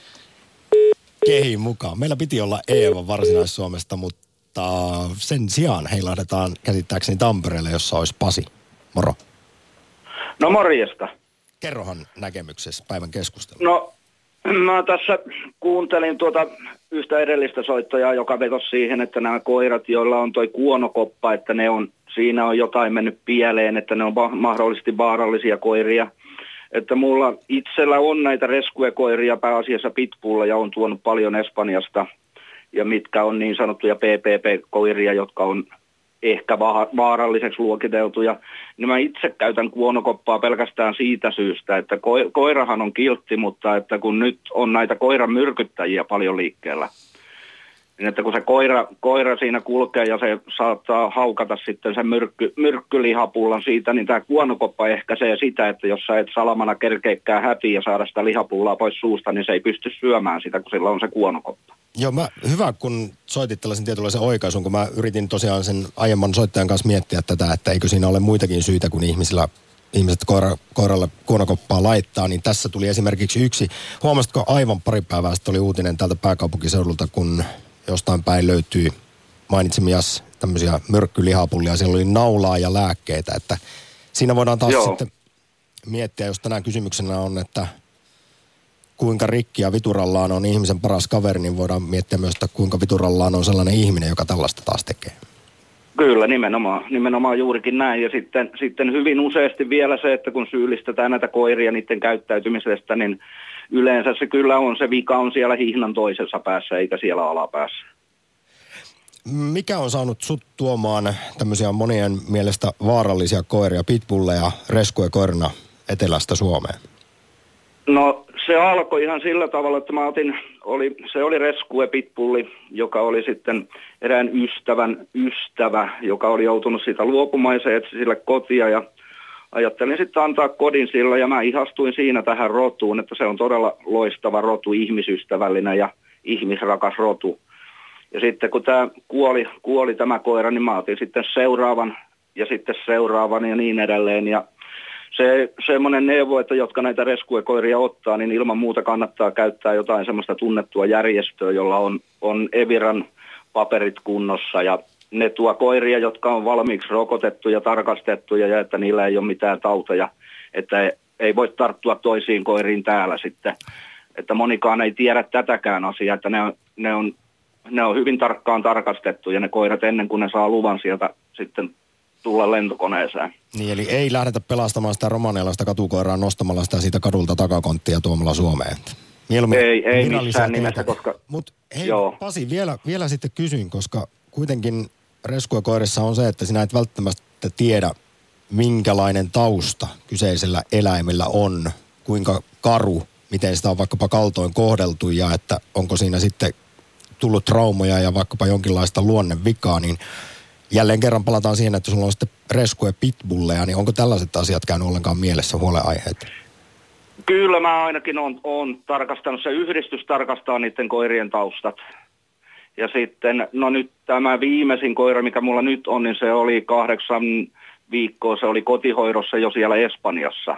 kehiin mukaan. Meillä piti olla Eeva Varsinais-Suomesta, mutta sen sijaan heilahdetaan käsittääkseni Tampereelle, jossa olisi Pasi. Moro. No morjesta. Kerrohan näkemyksessä päivän keskustelua. No mä tässä kuuntelin yhtä edellistä soittajaa, joka vetosi siihen, että nämä koirat, joilla on toi kuonokoppa, että siinä on jotain mennyt pieleen, että ne on mahdollisesti vaarallisia koiria. Että mulla itsellä on näitä rescue-koiria, pääasiassa pitbulla, ja on tuonut paljon Espanjasta, ja mitkä on niin sanottuja PPP-koiria, jotka on ehkä vaaralliseksi luokiteltuja. Niin mä itse käytän kuonokoppaa pelkästään siitä syystä, että koirahan on kiltti, mutta että kun nyt on näitä koiran myrkyttäjiä paljon liikkeellä, niin että kun se koira siinä kulkee ja se saattaa haukata sitten sen myrkkylihapullan siitä, niin tämä kuonokoppa ehkäisee sitä, että jos sä et salamana kerkeikään häpiä ja saada sitä lihapullaa pois suusta, niin se ei pysty syömään sitä, kun sillä on se kuonokoppa. Joo, hyvä kun soitit tällaisen tietynlaisen oikaisun, kun mä yritin tosiaan sen aiemman soittajan kanssa miettiä tätä, että eikö siinä ole muitakin syitä, kun ihmiset koiralle kuonokoppaa laittaa, niin tässä tuli esimerkiksi yksi. Huomasitko aivan pari päivää sitten oli uutinen täältä pääkaupunkiseudulta, kun jostain päin löytyi mainitsemias tämmöisiä myrkkylihapullia, siellä oli naulaa ja lääkkeitä, että siinä voidaan taas sitten miettiä, jos tänään kysymyksenä on, että kuinka rikki ja viturallaan on ihmisen paras kaveri, niin voidaan miettiä myös, että kuinka viturallaan on sellainen ihminen, joka tällaista taas tekee. Kyllä, nimenomaan juurikin näin. Ja sitten hyvin useasti vielä se, että kun syyllistetään näitä koiria niiden käyttäytymisestä, niin yleensä se kyllä on, se vika on siellä hihnan toisessa päässä eikä siellä alapäässä. Mikä on saanut sut tuomaan tämmöisiä monien mielestä vaarallisia koiria, pitbulleja, rescue-koirina etelästä Suomeen? No se alkoi ihan sillä tavalla, että se oli rescue pitbulli, joka oli sitten erään ystävän ystävä, joka oli joutunut siitä luopumaan ja se etsi sille kotia ja ajattelin sitten antaa kodin sillä ja mä ihastuin siinä tähän rotuun, että se on todella loistava rotu, ihmisystävällinen ja ihmisrakas rotu. Ja sitten kun tämä kuoli tämä koira, niin mä otin sitten seuraavan ja sitten seuraavan ja niin edelleen. Ja se semmoinen neuvo, että jotka näitä rescue-koiria ottaa, niin ilman muuta kannattaa käyttää jotain semmoista tunnettua järjestöä, jolla on Eviran paperit kunnossa ja ne tuo koiria, jotka on valmiiksi rokotettu ja tarkastettuja ja että niillä ei ole mitään tauteja, että ei voi tarttua toisiin koiriin täällä sitten. Että monikaan ei tiedä tätäkään asiaa, että ne on hyvin tarkkaan tarkastettu ne koirat ennen kuin ne saa luvan sieltä sitten tulla lentokoneeseen. Niin, eli ei lähdetä pelastamaan sitä romanialaista katukoiraa nostamalla sitä siitä kadulta takakonttia tuomalla Suomeen. Ei missään nimessä, koska... Mutta hei, joo. Pasi, vielä sitten kysyn, koska kuitenkin rescue-koirissa on se, että sinä et välttämättä tiedä, minkälainen tausta kyseisellä eläimellä on, kuinka karu, miten sitä on vaikkapa kaltoin kohdeltu ja että onko siinä sitten tullut traumoja ja vaikkapa jonkinlaista luonnevikaa, niin jälleen kerran palataan siihen, että sulla on sitten rescue pitbulleja, niin onko tällaiset asiat käynyt ollenkaan mielessä huolenaiheet? Kyllä mä ainakin olen tarkastanut, se yhdistys tarkastaa niiden koirien taustat. Ja sitten, no nyt tämä viimeisin koira, mikä mulla nyt on, niin se oli 8 viikkoa, se oli kotihoidossa jo siellä Espanjassa.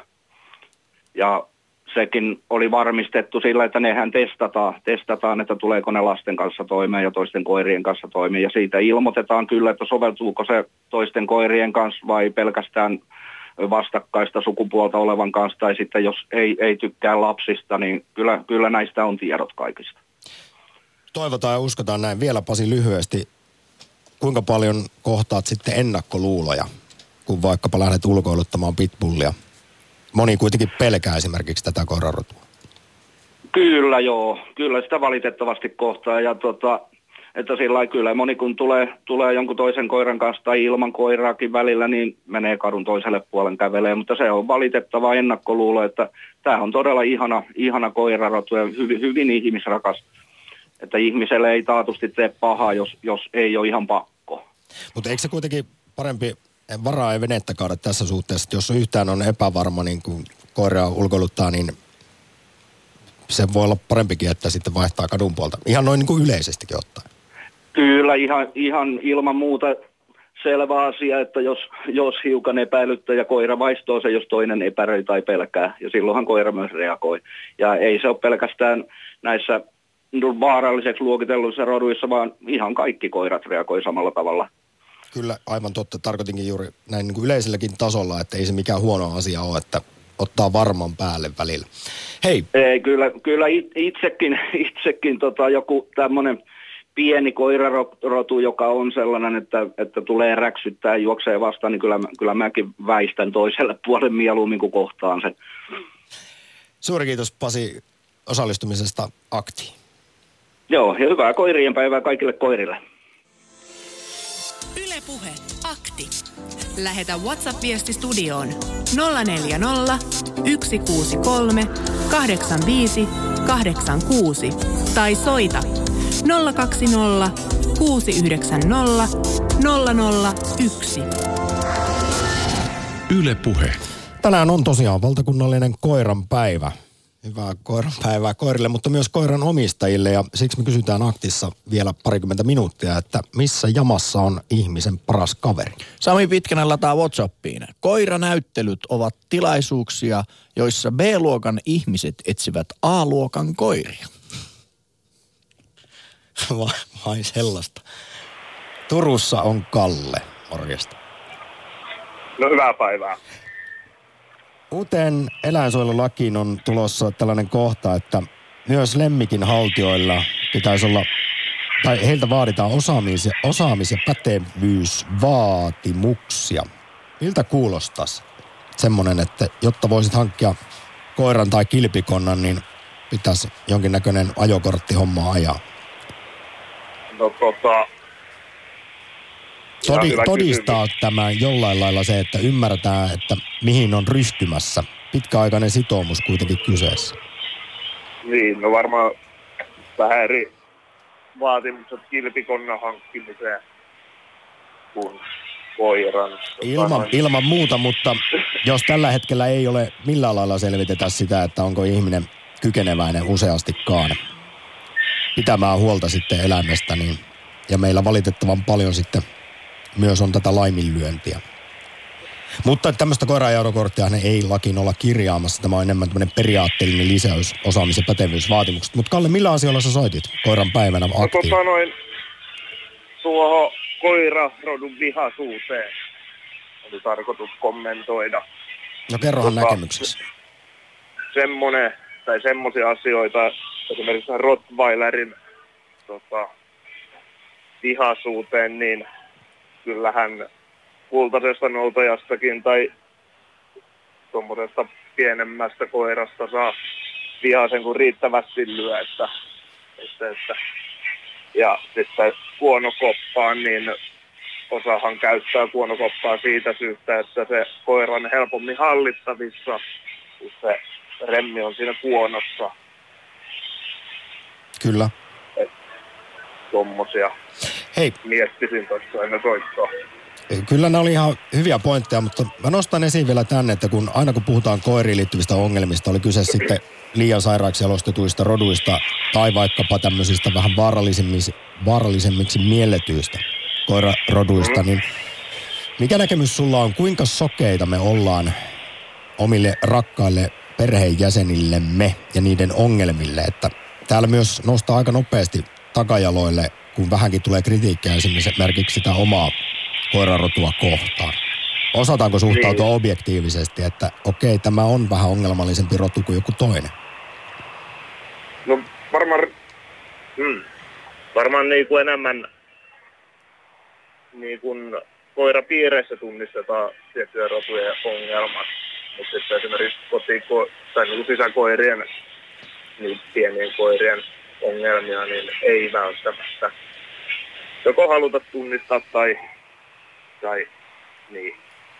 Ja sekin oli varmistettu sillä, että nehän testataan, että tuleeko ne lasten kanssa toimeen ja toisten koirien kanssa toimeen. Ja siitä ilmoitetaan kyllä, että soveltuuko se toisten koirien kanssa vai pelkästään vastakkaista sukupuolta olevan kanssa. Tai sitten jos ei tykkää lapsista, niin kyllä näistä on tiedot kaikista. Toivotaan ja uskotaan näin. Vielä Pasi lyhyesti, kuinka paljon kohtaat sitten ennakkoluuloja, kun vaikkapa lähdet ulkoiluttamaan pitbullia? Moni kuitenkin pelkää esimerkiksi tätä koirarotua. Kyllä joo, kyllä sitä valitettavasti kohtaa ja että sillä kyllä moni kun tulee jonkun toisen koiran kanssa tai ilman koiraakin välillä, niin menee kadun toiselle puolen kävelee, mutta se on valitettava ennakkoluulo, että tämä on todella ihana koirarotu ja hyvin ihmisrakas, että ihmiselle ei taatusti tee pahaa, jos ei ole ihan pakko. Mutta eikö se kuitenkin parempi, varaa ei venettä kaada tässä suhteessa, että jos yhtään on epävarma, niin kun koiraa ulkoiluttaa, niin se voi olla parempikin, että sitten vaihtaa kadun puolta. Ihan noin niin kuin yleisestikin ottaen. Kyllä, ihan ilman muuta selvä asia, että jos hiukan epäilyttää ja koira vaistoo se, jos toinen epäröi tai pelkää. Ja silloinhan koira myös reagoi. Ja ei se ole pelkästään näissä vaaralliseksi luokitelluissa roduissa, vaan ihan kaikki koirat reagoi samalla tavalla. Kyllä, aivan totta. Tarkoitinkin juuri näin niin kuin yleiselläkin tasolla, että ei se mikään huono asia ole, että ottaa varman päälle välillä. Hei. Ei, kyllä itsekin joku tämmöinen pieni koirarotu, joka on sellainen, että tulee räksyttää ja juoksee vastaan, niin kyllä mäkin väistän toiselle puolelle mieluummin kuin kohtaan sen. Suuri kiitos Pasi osallistumisesta aktiin. Joo, ja hyvää koirien päivää kaikille koirille. Yle Yle Puhe. Akti. Lähetä WhatsApp-viesti studioon 040 163 85 86 tai soita 020 690 001. Yle Puhe. Tänään on tosiaan valtakunnallinen koiran päivä. Hyvää koiran päivää koirille, mutta myös koiran omistajille. Ja siksi me kysytään Aktissa vielä parikymmentä minuuttia, että missä jamassa on ihmisen paras kaveri? Sami Pitkänen lataa WhatsAppiin. Koiranäyttelyt ovat tilaisuuksia, joissa B-luokan ihmiset etsivät A-luokan koiria. Vai sellaista. Turussa on Kalle. Morjesta. No hyvää päivää. Uuteen eläinsuojelulakiin on tulossa tällainen kohta, että myös lemmikin haltijoilla pitäisi olla, tai heiltä vaaditaan osaamis- ja pätevyysvaatimuksia. Miltä kuulostaisi semmoinen, että jotta voisit hankkia koiran tai kilpikonnan, niin pitäisi jonkinnäköinen ajokorttihomma ajaa? No Todistaa tämä jollain lailla se, että ymmärtää, että mihin on ryhtymässä. Pitkäaikainen sitoumus kuitenkin kyseessä. Niin, no varmaan vähän eri vaatimukset kilpikonnan hankkimiseen kuin koiran. Ilman muuta, mutta jos tällä hetkellä ei ole millään lailla selvitetä sitä, että onko ihminen kykeneväinen useastikaan pitämään huolta sitten eläimestä, niin, ja meillä valitettavan paljon sitten myös on tätä laiminlyöntiä. Mutta tämmöistä koira-ajokorttia ei lakiin olla kirjaamassa. Tämä on enemmän tämmöinen periaatteellinen lisäys osaamis- ja pätevyysvaatimukset. Mutta Kalle, millä asioilla sä soitit koiran päivänä Aktiin? No tuohon koirarodun vihaisuuteen oli tarkoitus kommentoida. No kerrohan näkemyksessä. Semmoisia asioita, esimerkiksi Rottweilerin vihaisuuteen, niin kyllähän kultaisesta noutajastakin tai tuommoisesta pienemmästä koirasta saa vihaisen kun riittävästi lyö, että ja sitten kuonokoppaan, niin osahan käyttää kuonokoppaa siitä syystä, että se koira on helpommin hallittavissa, kun se remmi on siinä kuonossa. Kyllä. Tuommoisia. Hei. Miettisin tuossa ennen soittoa. Kyllä ne oli ihan hyviä pointteja, mutta mä nostan esiin vielä tänne, että aina kun puhutaan koiriin liittyvistä ongelmista, oli kyse sitten liian sairaaksi jalostetuista roduista tai vaikkapa tämmöisistä vähän vaarallisemmiksi mielletyistä koiraroduista, niin mikä näkemys sulla on, kuinka sokeita me ollaan omille rakkaille perheenjäsenillemme ja niiden ongelmille, että täällä myös nostaa aika nopeasti takajaloille, kun vähänkin tulee kritiikkiä esimerkiksi sitä omaa koirarotua kohtaan. Osataanko suhtautua objektiivisesti, että okei, tämä on vähän ongelmallisempi rotu kuin joku toinen? No varmaan niin kuin enemmän niin kuin koirapiireissä tunnistetaan tiettyjä rotujen ongelmat, mutta sitten esimerkiksi sisäkoirien, niin pienien koirien ongelmia, niin ei välttämättä joko haluta tunnistaa tai niin.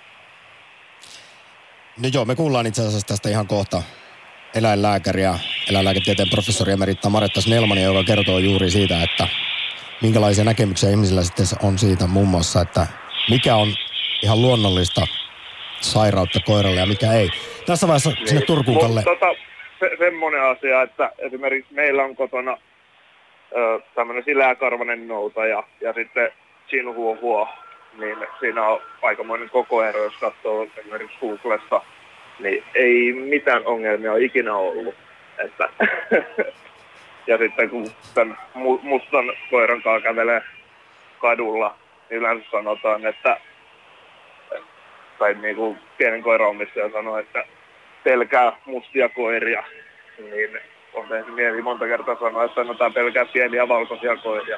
No joo, me kuullaan itse asiassa tästä ihan kohta eläinlääkäriä, eläinlääketieteen professori emerita Maretta Snellmania, joka kertoo juuri siitä, että minkälaisia näkemyksiä ihmisillä sitten on siitä muun muassa, että mikä on ihan luonnollista sairautta koiralle ja mikä ei. Tässä vaiheessa sinne Turkuun, Kalle. Semmoinen asia, että esimerkiksi meillä on kotona tämmöinen sileäkarvainen noutaja ja sitten Chinhuo, niin siinä on aikamoinen kokoero, jos katsoo esimerkiksi Googlesta, niin ei mitään ongelmia ole ikinä ollut. Että ja sitten kun tämän mustan koiran kanssa kävelee kadulla, niin yleensä sanotaan, että tai niin kuin pienen koiraomistaja sanoo, että pelkää mustia koiria, niin on tehty mieli monta kertaa sanoa, että sanotaan pelkää pieniä valkoisia koiria.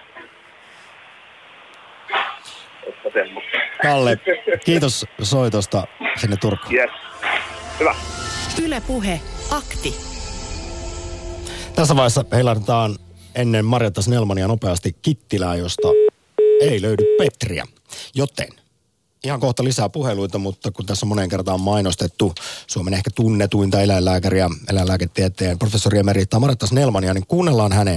Kalle, kiitos soitosta sinne Turkuun. Yes. Hyvä. Yle Puhe. Akti. Tässä vaiheessa heilahdetaan ennen Maretta Snellmania nopeasti Kittilää, josta ei löydy Petriä. Joten ihan kohta lisää puheluita, mutta kun tässä moneen kertaan mainostettu Suomen ehkä tunnetuinta eläinlääkäriä, eläinlääketieteen professori emerita Maretta Snellmania, niin kuunnellaan hänen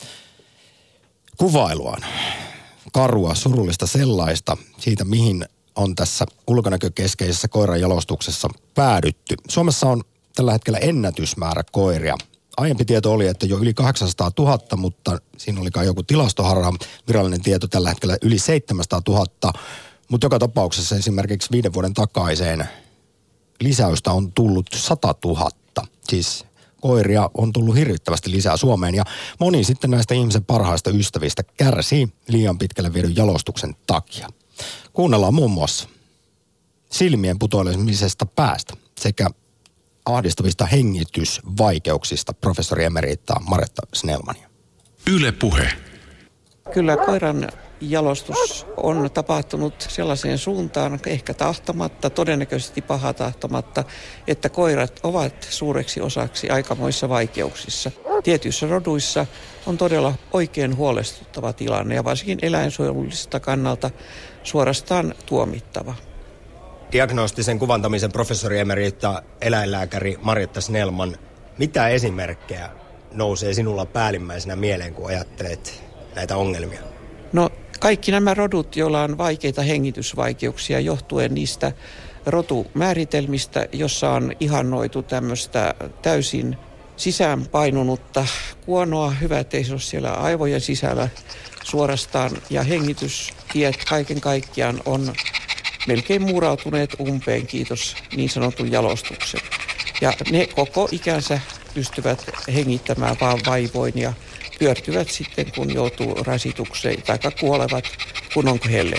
kuvailuaan. Karua, surullista sellaista siitä, mihin on tässä ulkonäkökeskeisessä koiran jalostuksessa päädytty. Suomessa on tällä hetkellä ennätysmäärä koiria. Aiempi tieto oli, että jo yli 800 000, mutta siinä olikaan joku tilastoharha. Virallinen tieto tällä hetkellä yli 700 000. Mutta joka tapauksessa esimerkiksi 5 vuoden takaiseen lisäystä on tullut 100 000. Siis koiria on tullut hirvittävästi lisää Suomeen ja moni sitten näistä ihmisen parhaista ystävistä kärsii liian pitkälle viedyn jalostuksen takia. Kuunnellaan muun muassa silmien putoilemisesta päästä sekä ahdistavista hengitysvaikeuksista professori emerita Maretta Snellmania. Yle Puhe. Kyllä koiran jalostus on tapahtunut sellaiseen suuntaan, ehkä tahtomatta, todennäköisesti pahatahtomatta, että koirat ovat suureksi osaksi aikamoissa vaikeuksissa. Tietyissä roduissa on todella oikein huolestuttava tilanne ja varsinkin eläinsuojelullisesta kannalta suorastaan tuomittava. Diagnostisen kuvantamisen professori emerita eläinlääkäri Maretta Snellman, mitä esimerkkejä nousee sinulla päällimmäisenä mieleen, kun ajattelet näitä ongelmia? No kaikki nämä rodut, joilla on vaikeita hengitysvaikeuksia johtuen niistä rotumääritelmistä, jossa on ihannoitu tämmöistä täysin sisäänpainunutta kuonoa. Hyvä, ettei se ole siellä aivojen sisällä suorastaan. Ja hengitystiet kaiken kaikkiaan on melkein muurautuneet umpeen, kiitos niin sanotun jalostuksen. Ja ne koko ikänsä pystyvät hengittämään vaan vaivoin ja pyörtyvät sitten, kun joutuu rasitukseen tai kuolevat, kun on helle.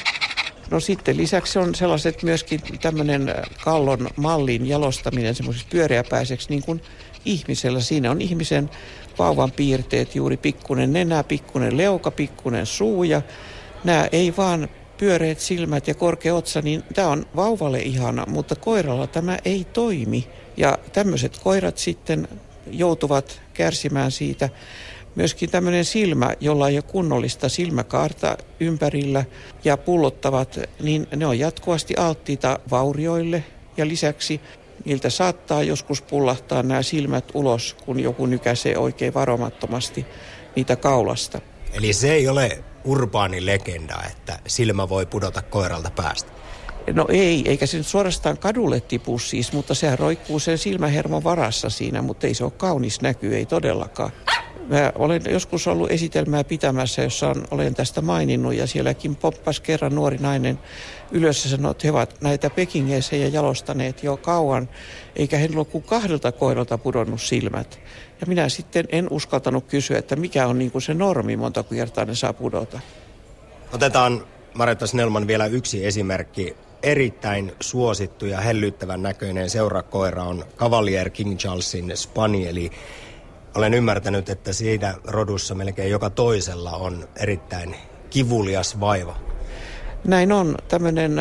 No sitten lisäksi on sellaiset myöskin tämmöinen kallon mallin jalostaminen semmoisessa pyöreäpäiseksi niin kuin ihmisellä. Siinä on ihmisen vauvan piirteet, juuri pikkunen nenä, pikkunen leuka, pikkunen suu ja nämä ei vaan pyöreät silmät ja korkea otsa, niin tämä on vauvalle ihana, mutta koiralla tämä ei toimi. Ja tämmöiset koirat sitten joutuvat kärsimään siitä. Myöskin tämmöinen silmä, jolla ei ole kunnollista silmäkaarta ympärillä ja pullottavat, niin ne on jatkuvasti alttiita vaurioille. Ja lisäksi niiltä saattaa joskus pullahtaa nämä silmät ulos, kun joku nykäisee oikein varomattomasti niitä kaulasta. Eli se ei ole urbaani legenda, että silmä voi pudota koiralta päästä. No ei, eikä se nyt suorastaan kadulle tipu siis, mutta sehän roikkuu sen silmähermon varassa siinä, mutta ei se ole kaunis näky, ei todellakaan. Mä olen joskus ollut esitelmää pitämässä, jossa olen tästä maininnut ja sielläkin poppas kerran nuori nainen ylös ja sanoi, että he ovat näitä pekingeisejä jalostaneet jo kauan, eikä heillä ole kuin 2 koiralta pudonnut silmät. Ja minä sitten en uskaltanut kysyä, että mikä on niin kuin se normi, monta kertaa ne saa pudota. Otetaan Maretta Snellman vielä yksi esimerkki. Erittäin suosittu ja hellyttävän näköinen seurakoira on Cavalier King Charlesin Spanieli. Olen ymmärtänyt, että siinä rodussa melkein joka toisella on erittäin kivulias vaiva. Näin on. Tämmöinen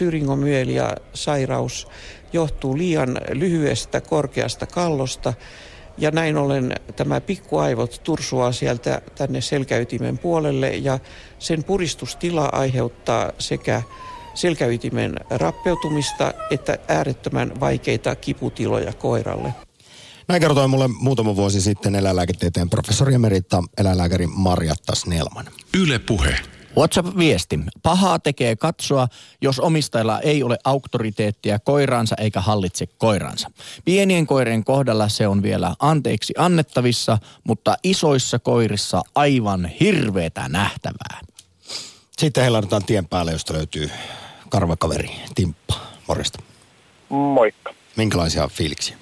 syringomyelia-sairaus johtuu liian lyhyestä korkeasta kallosta. Ja näin ollen tämä pikkuaivot tursuaa sieltä tänne selkäytimen puolelle ja sen puristustila aiheuttaa sekä selkäytimen rappeutumista että äärettömän vaikeita kiputiloja koiralle. Näin kertoi mulle muutama vuosi sitten eläinlääketieteen professori emerita eläinlääkäri Maretta Snellman. Yle Puhe. WhatsApp-viesti. Pahaa tekee katsoa, jos omistajalla ei ole auktoriteettia koiraansa eikä hallitse koiransa. Pienien koirien kohdalla se on vielä anteeksi annettavissa, mutta isoissa koirissa aivan hirveätä nähtävää. Sitten heilaitetaan tien päälle, josta löytyy karvakaveri Timppa. Morjesta. Moikka. Minkälaisia fiiliksiä?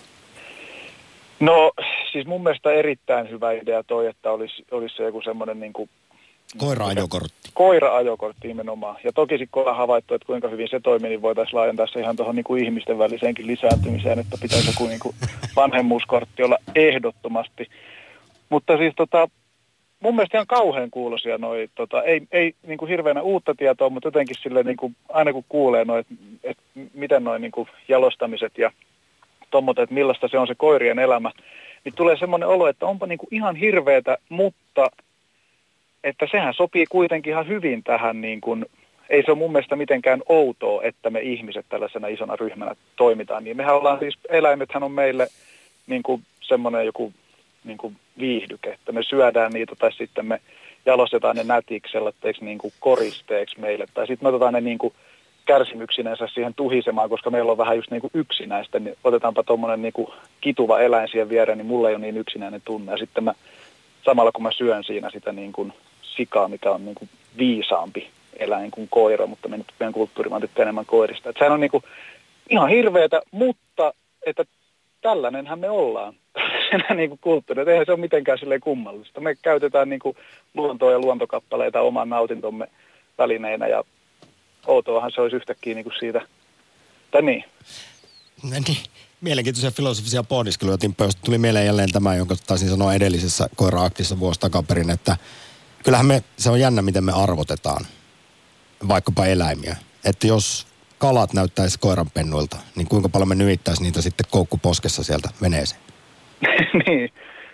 No siis mun mielestä erittäin hyvä idea toi, että olisi se joku semmoinen niin kuin koira-ajokortti. Koira-ajokortti nimenomaan. Ja toki sitten kun ollaan havaittu, että kuinka hyvin se toimii, niin voitaisiin laajentaa se ihan tuohon niin kuin ihmisten väliseenkin lisääntymiseen, että pitäisi joku niin kuin vanhemmuuskortti olla ehdottomasti. Mutta siis mun mielestä ihan kauhean kuulosia noi, ei niin kuin hirveänä uutta tietoa, mutta jotenkin sille niin kuin, aina kun kuulee noi, että miten noi niin kuin jalostamiset ja tommoset, että millaista se on se koirien elämä, niin tulee semmoinen olo, että onpa niin kuin ihan hirveetä, mutta että sehän sopii kuitenkin ihan hyvin tähän niin kuin ei se ole mun mielestä mitenkään outoa, että me ihmiset tällaisena isona ryhmänä toimitaan. Niin mehän ollaan siis, eläimethän on meille niin kuin semmoinen joku niin kuin viihdyke, että me syödään niitä tai sitten me jalostetaan ne nätiksi sellaiseksi niin kuin koristeeksi meille. Tai sitten me otetaan ne niin kuin kärsimyksinensä siihen tuhisemaan, koska meillä on vähän just niin kuin yksinäistä, niin otetaanpa tuommoinen niin kuin kituva eläin siihen viereen, niin mulla ei ole niin yksinäinen tunne. Ja sitten mä, samalla kun mä syön siinä sitä niin kuin sikaa, mikä on niin kuin viisaampi eläin kuin koira, mutta meidän kulttuuri on tykkää enemmän koirista. Että sehän on niin kuin ihan hirveetä, mutta että tällainenhän me ollaan. Senä niin kuin kulttuuri. Että eihän se ole mitenkään silleen kummallista. Me käytetään niin kuin luontoa ja luontokappaleita oman nautintomme välineinä ja outoahan se olisi yhtäkkiä niin kuin siitä. Tai niin. Niin. Mielenkiintoisia filosofisia pohdiskeluja, Timppa, josta tuli mieleen jälleen tämä, jonka taisin sanoa edellisessä koira-aktissa vuosi takaperin, että kyllähän se on jännä, miten me arvotetaan vaikkapa eläimiä. Että jos kalat näyttäisi koiranpennuilta, niin kuinka paljon me nyittäisi niitä sitten koukkuposkessa sieltä veneeseen? Niin.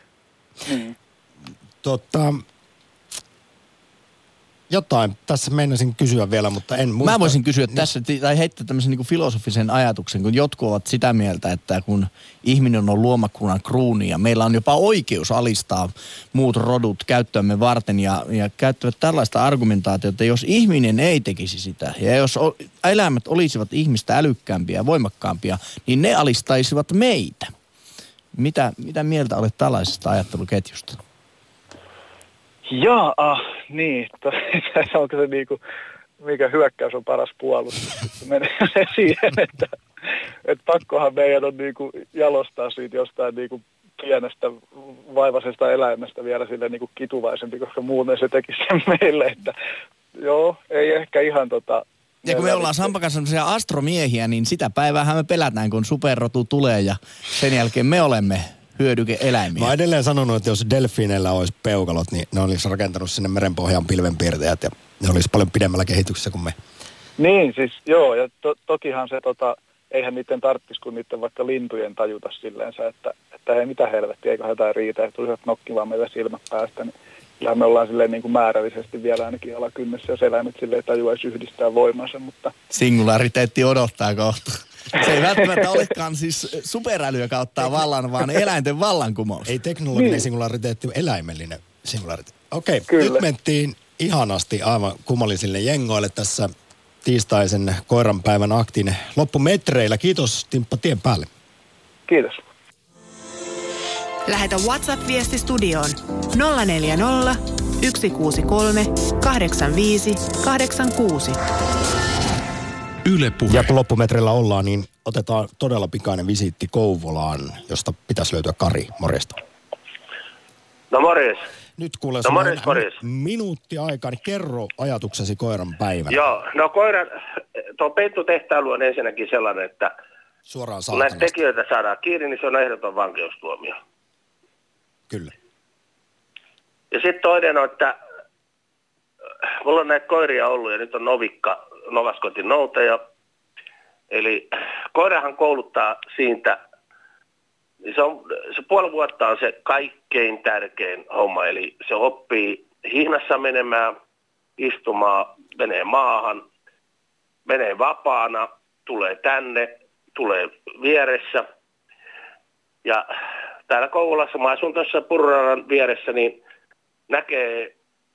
Jotain tässä meinasin kysyä vielä, mutta en muista. Mä voisin kysyä tässä, tai heittää tämmöisen niin kuin filosofisen ajatuksen, kun jotkut ovat sitä mieltä, että kun ihminen on luomakunnan kruuni ja meillä on jopa oikeus alistaa muut rodut käyttöömme varten ja käyttävät tällaista argumentaatiota, että jos ihminen ei tekisi sitä ja jos eläimet olisivat ihmistä älykkäämpiä ja voimakkaampia, niin ne alistaisivat meitä. Mitä mieltä olet tällaisesta ajatteluketjusta? Niin. Onko se niinku, mikä hyökkäys on paras puolustus? Menee siihen, että pakkohan meidän on niinku jalostaa siitä jostain niinku pienestä vaivaisesta eläimestä vielä sille niinku kituvaisempi, koska muuten se tekisi sen meille, että joo, ei ehkä ihan Ja kun me ollaan Sampan kanssa sellaisia astromiehiä, niin sitä päiväähän me pelätään, kun superrotu tulee ja sen jälkeen me olemme hyödyke-eläimiä. Mä oon edelleen sanonut, että jos delfiineillä olisi peukalot, niin ne olisi rakentanut sinne merenpohjaan pilvenpiirtäjät ja ne olisi paljon pidemmällä kehityksessä kuin me. Niin, siis joo, ja tokihan se eihän niiden tarvitsisi kuin niiden vaikka lintujen tajuta silleensä, että ei mitään helvettiä, eiköhän jotain riitä, että tulisivat nokkimaan meille silmät päästä, niin kyllähän me ollaan silleen niin kuin määrällisesti vielä ainakin alakynnessä, jos eläimet silleen tajuaisi yhdistää voimansa, mutta singulariteetti odottaa kohta. Se ei välttämättä olekaan siis superälyä kautta vallan, vaan eläinten vallankumous. Ei teknologinen singulariteetti, eläimellinen singulariteetti. Okei, nyt mentiin ihanasti aivan kummallisille jengoille tässä tiistaisen koiranpäivän aktin loppumetreillä. Kiitos Timppa tien päälle. Kiitos. Lähetä WhatsApp-viesti studioon 040 163 85 86. Yle Puhe. Ja kun loppumetrillä ollaan, niin otetaan todella pikainen visiitti Kouvolaan, josta pitäisi löytyä Kari. Morjesta. No morjes. Nyt kuulee morjes. Minuutti aikaa, niin kerro ajatuksesi koiran päivänä. Joo, no tuo pentutehtailu on ensinnäkin sellainen, että suoraan kun näitä tekijöitä saadaan kiinni, niin se on ehdoton vankeustuomio. Kyllä. Ja sitten toinen on, että mulla on näitä koiria ollut ja nyt on Novaskotin noutaja. Eli koirahan kouluttaa siitä, niin se puoli vuotta on se kaikkein tärkein homma. Eli se oppii hihnassa menemään, istumaan, menee maahan, menee vapaana, tulee tänne, tulee vieressä. Ja täällä Kouvolassa, mä asun tuossa Pururadan vieressä, niin näkee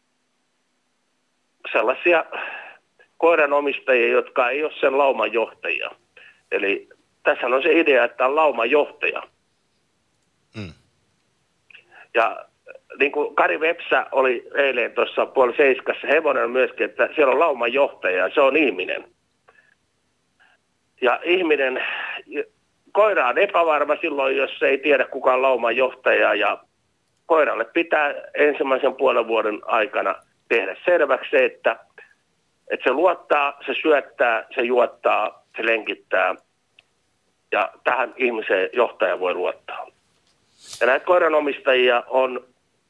sellaisia koiranomistajia, jotka ei ole sen lauman johtajia. Eli tässä on se idea, että on lauman johtaja. Mm. Ja niin kuin Kari Vepsä oli eilen tuossa 6:30, hevonen on myöskin, että siellä on lauman johtaja ja se on ihminen. Ja ihminen, koira on epävarma silloin, jos ei tiedä kuka on lauman johtaja ja koiralle pitää ensimmäisen puolen vuoden aikana tehdä selväksi se, että se luottaa, se syöttää, se juottaa, se lenkittää ja tähän ihmiseen johtaja voi luottaa. Ja näitä koiranomistajia on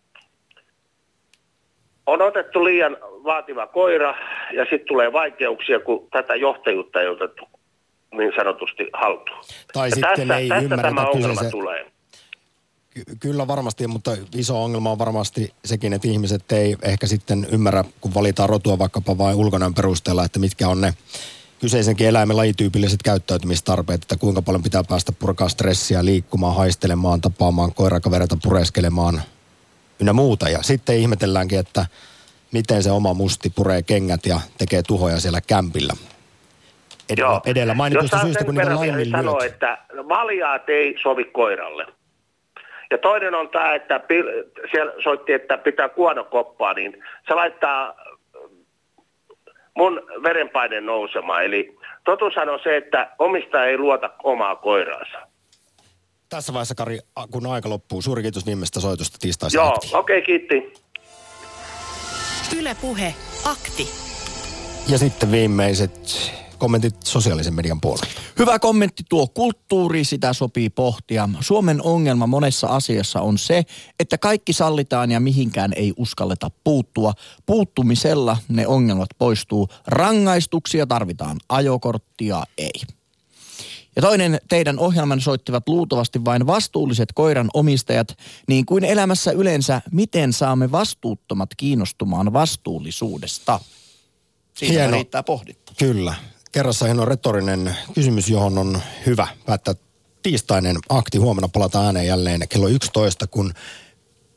otettu liian vaativa koira ja sitten tulee vaikeuksia, kun tätä johtajuutta ei otettu niin sanotusti haltuun. Tai ja sitten ei tästä ymmärretä tämä ongelma kyseisen... tulee. Kyllä varmasti, mutta iso ongelma on varmasti sekin, että ihmiset ei ehkä sitten ymmärrä, kun valitaan rotua vaikkapa vain ulkonäön perusteella, että mitkä on ne kyseisenkin eläimen lajityypilliset käyttäytymistarpeet, että kuinka paljon pitää päästä purkaa stressiä, liikkumaan, haistelemaan, tapaamaan koirakavereita, pureskelemaan ynnä muuta. Ja sitten ihmetelläänkin, että miten se oma musti puree kengät ja tekee tuhoja siellä kämpillä. Edellä mainitusta syystä, kun niitä laiminlyöt. Sanoo, että valjaat ei sovi koiralle. Ja toinen on tämä, että siellä soitti, että pitää kuonokoppaa, niin se laittaa mun verenpaine nousemaan. Eli totuushan on se, että omistaja ei luota omaa koiraansa. Tässä vaiheessa, Kari, kun aika loppuu, suuri kiitos viimeistä soitusta tiistaisin. Joo, okei, kiitti. Yle Puhe, akti. Ja sitten viimeiset kommentit sosiaalisen median puolelta. Hyvä kommentti, tuo kulttuuri, sitä sopii pohtia. Suomen ongelma monessa asiassa on se, että kaikki sallitaan ja mihinkään ei uskalleta puuttua. Puuttumisella ne ongelmat poistuu. Rangaistuksia tarvitaan, ajokorttia ei. Ja toinen, teidän ohjelman soittivat luultavasti vain vastuulliset koiran omistajat, niin kuin elämässä yleensä, miten saamme vastuuttomat kiinnostumaan vastuullisuudesta. Siitä riittää pohdittu. Kyllä. Kerrassa hieno retorinen kysymys, johon on hyvä päättää tiistainen akti. Huomenna palataan ääneen jälleen kello 11, kun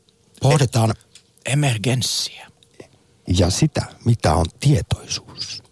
pohditaan emergenssiä ja sitä, mitä on tietoisuus.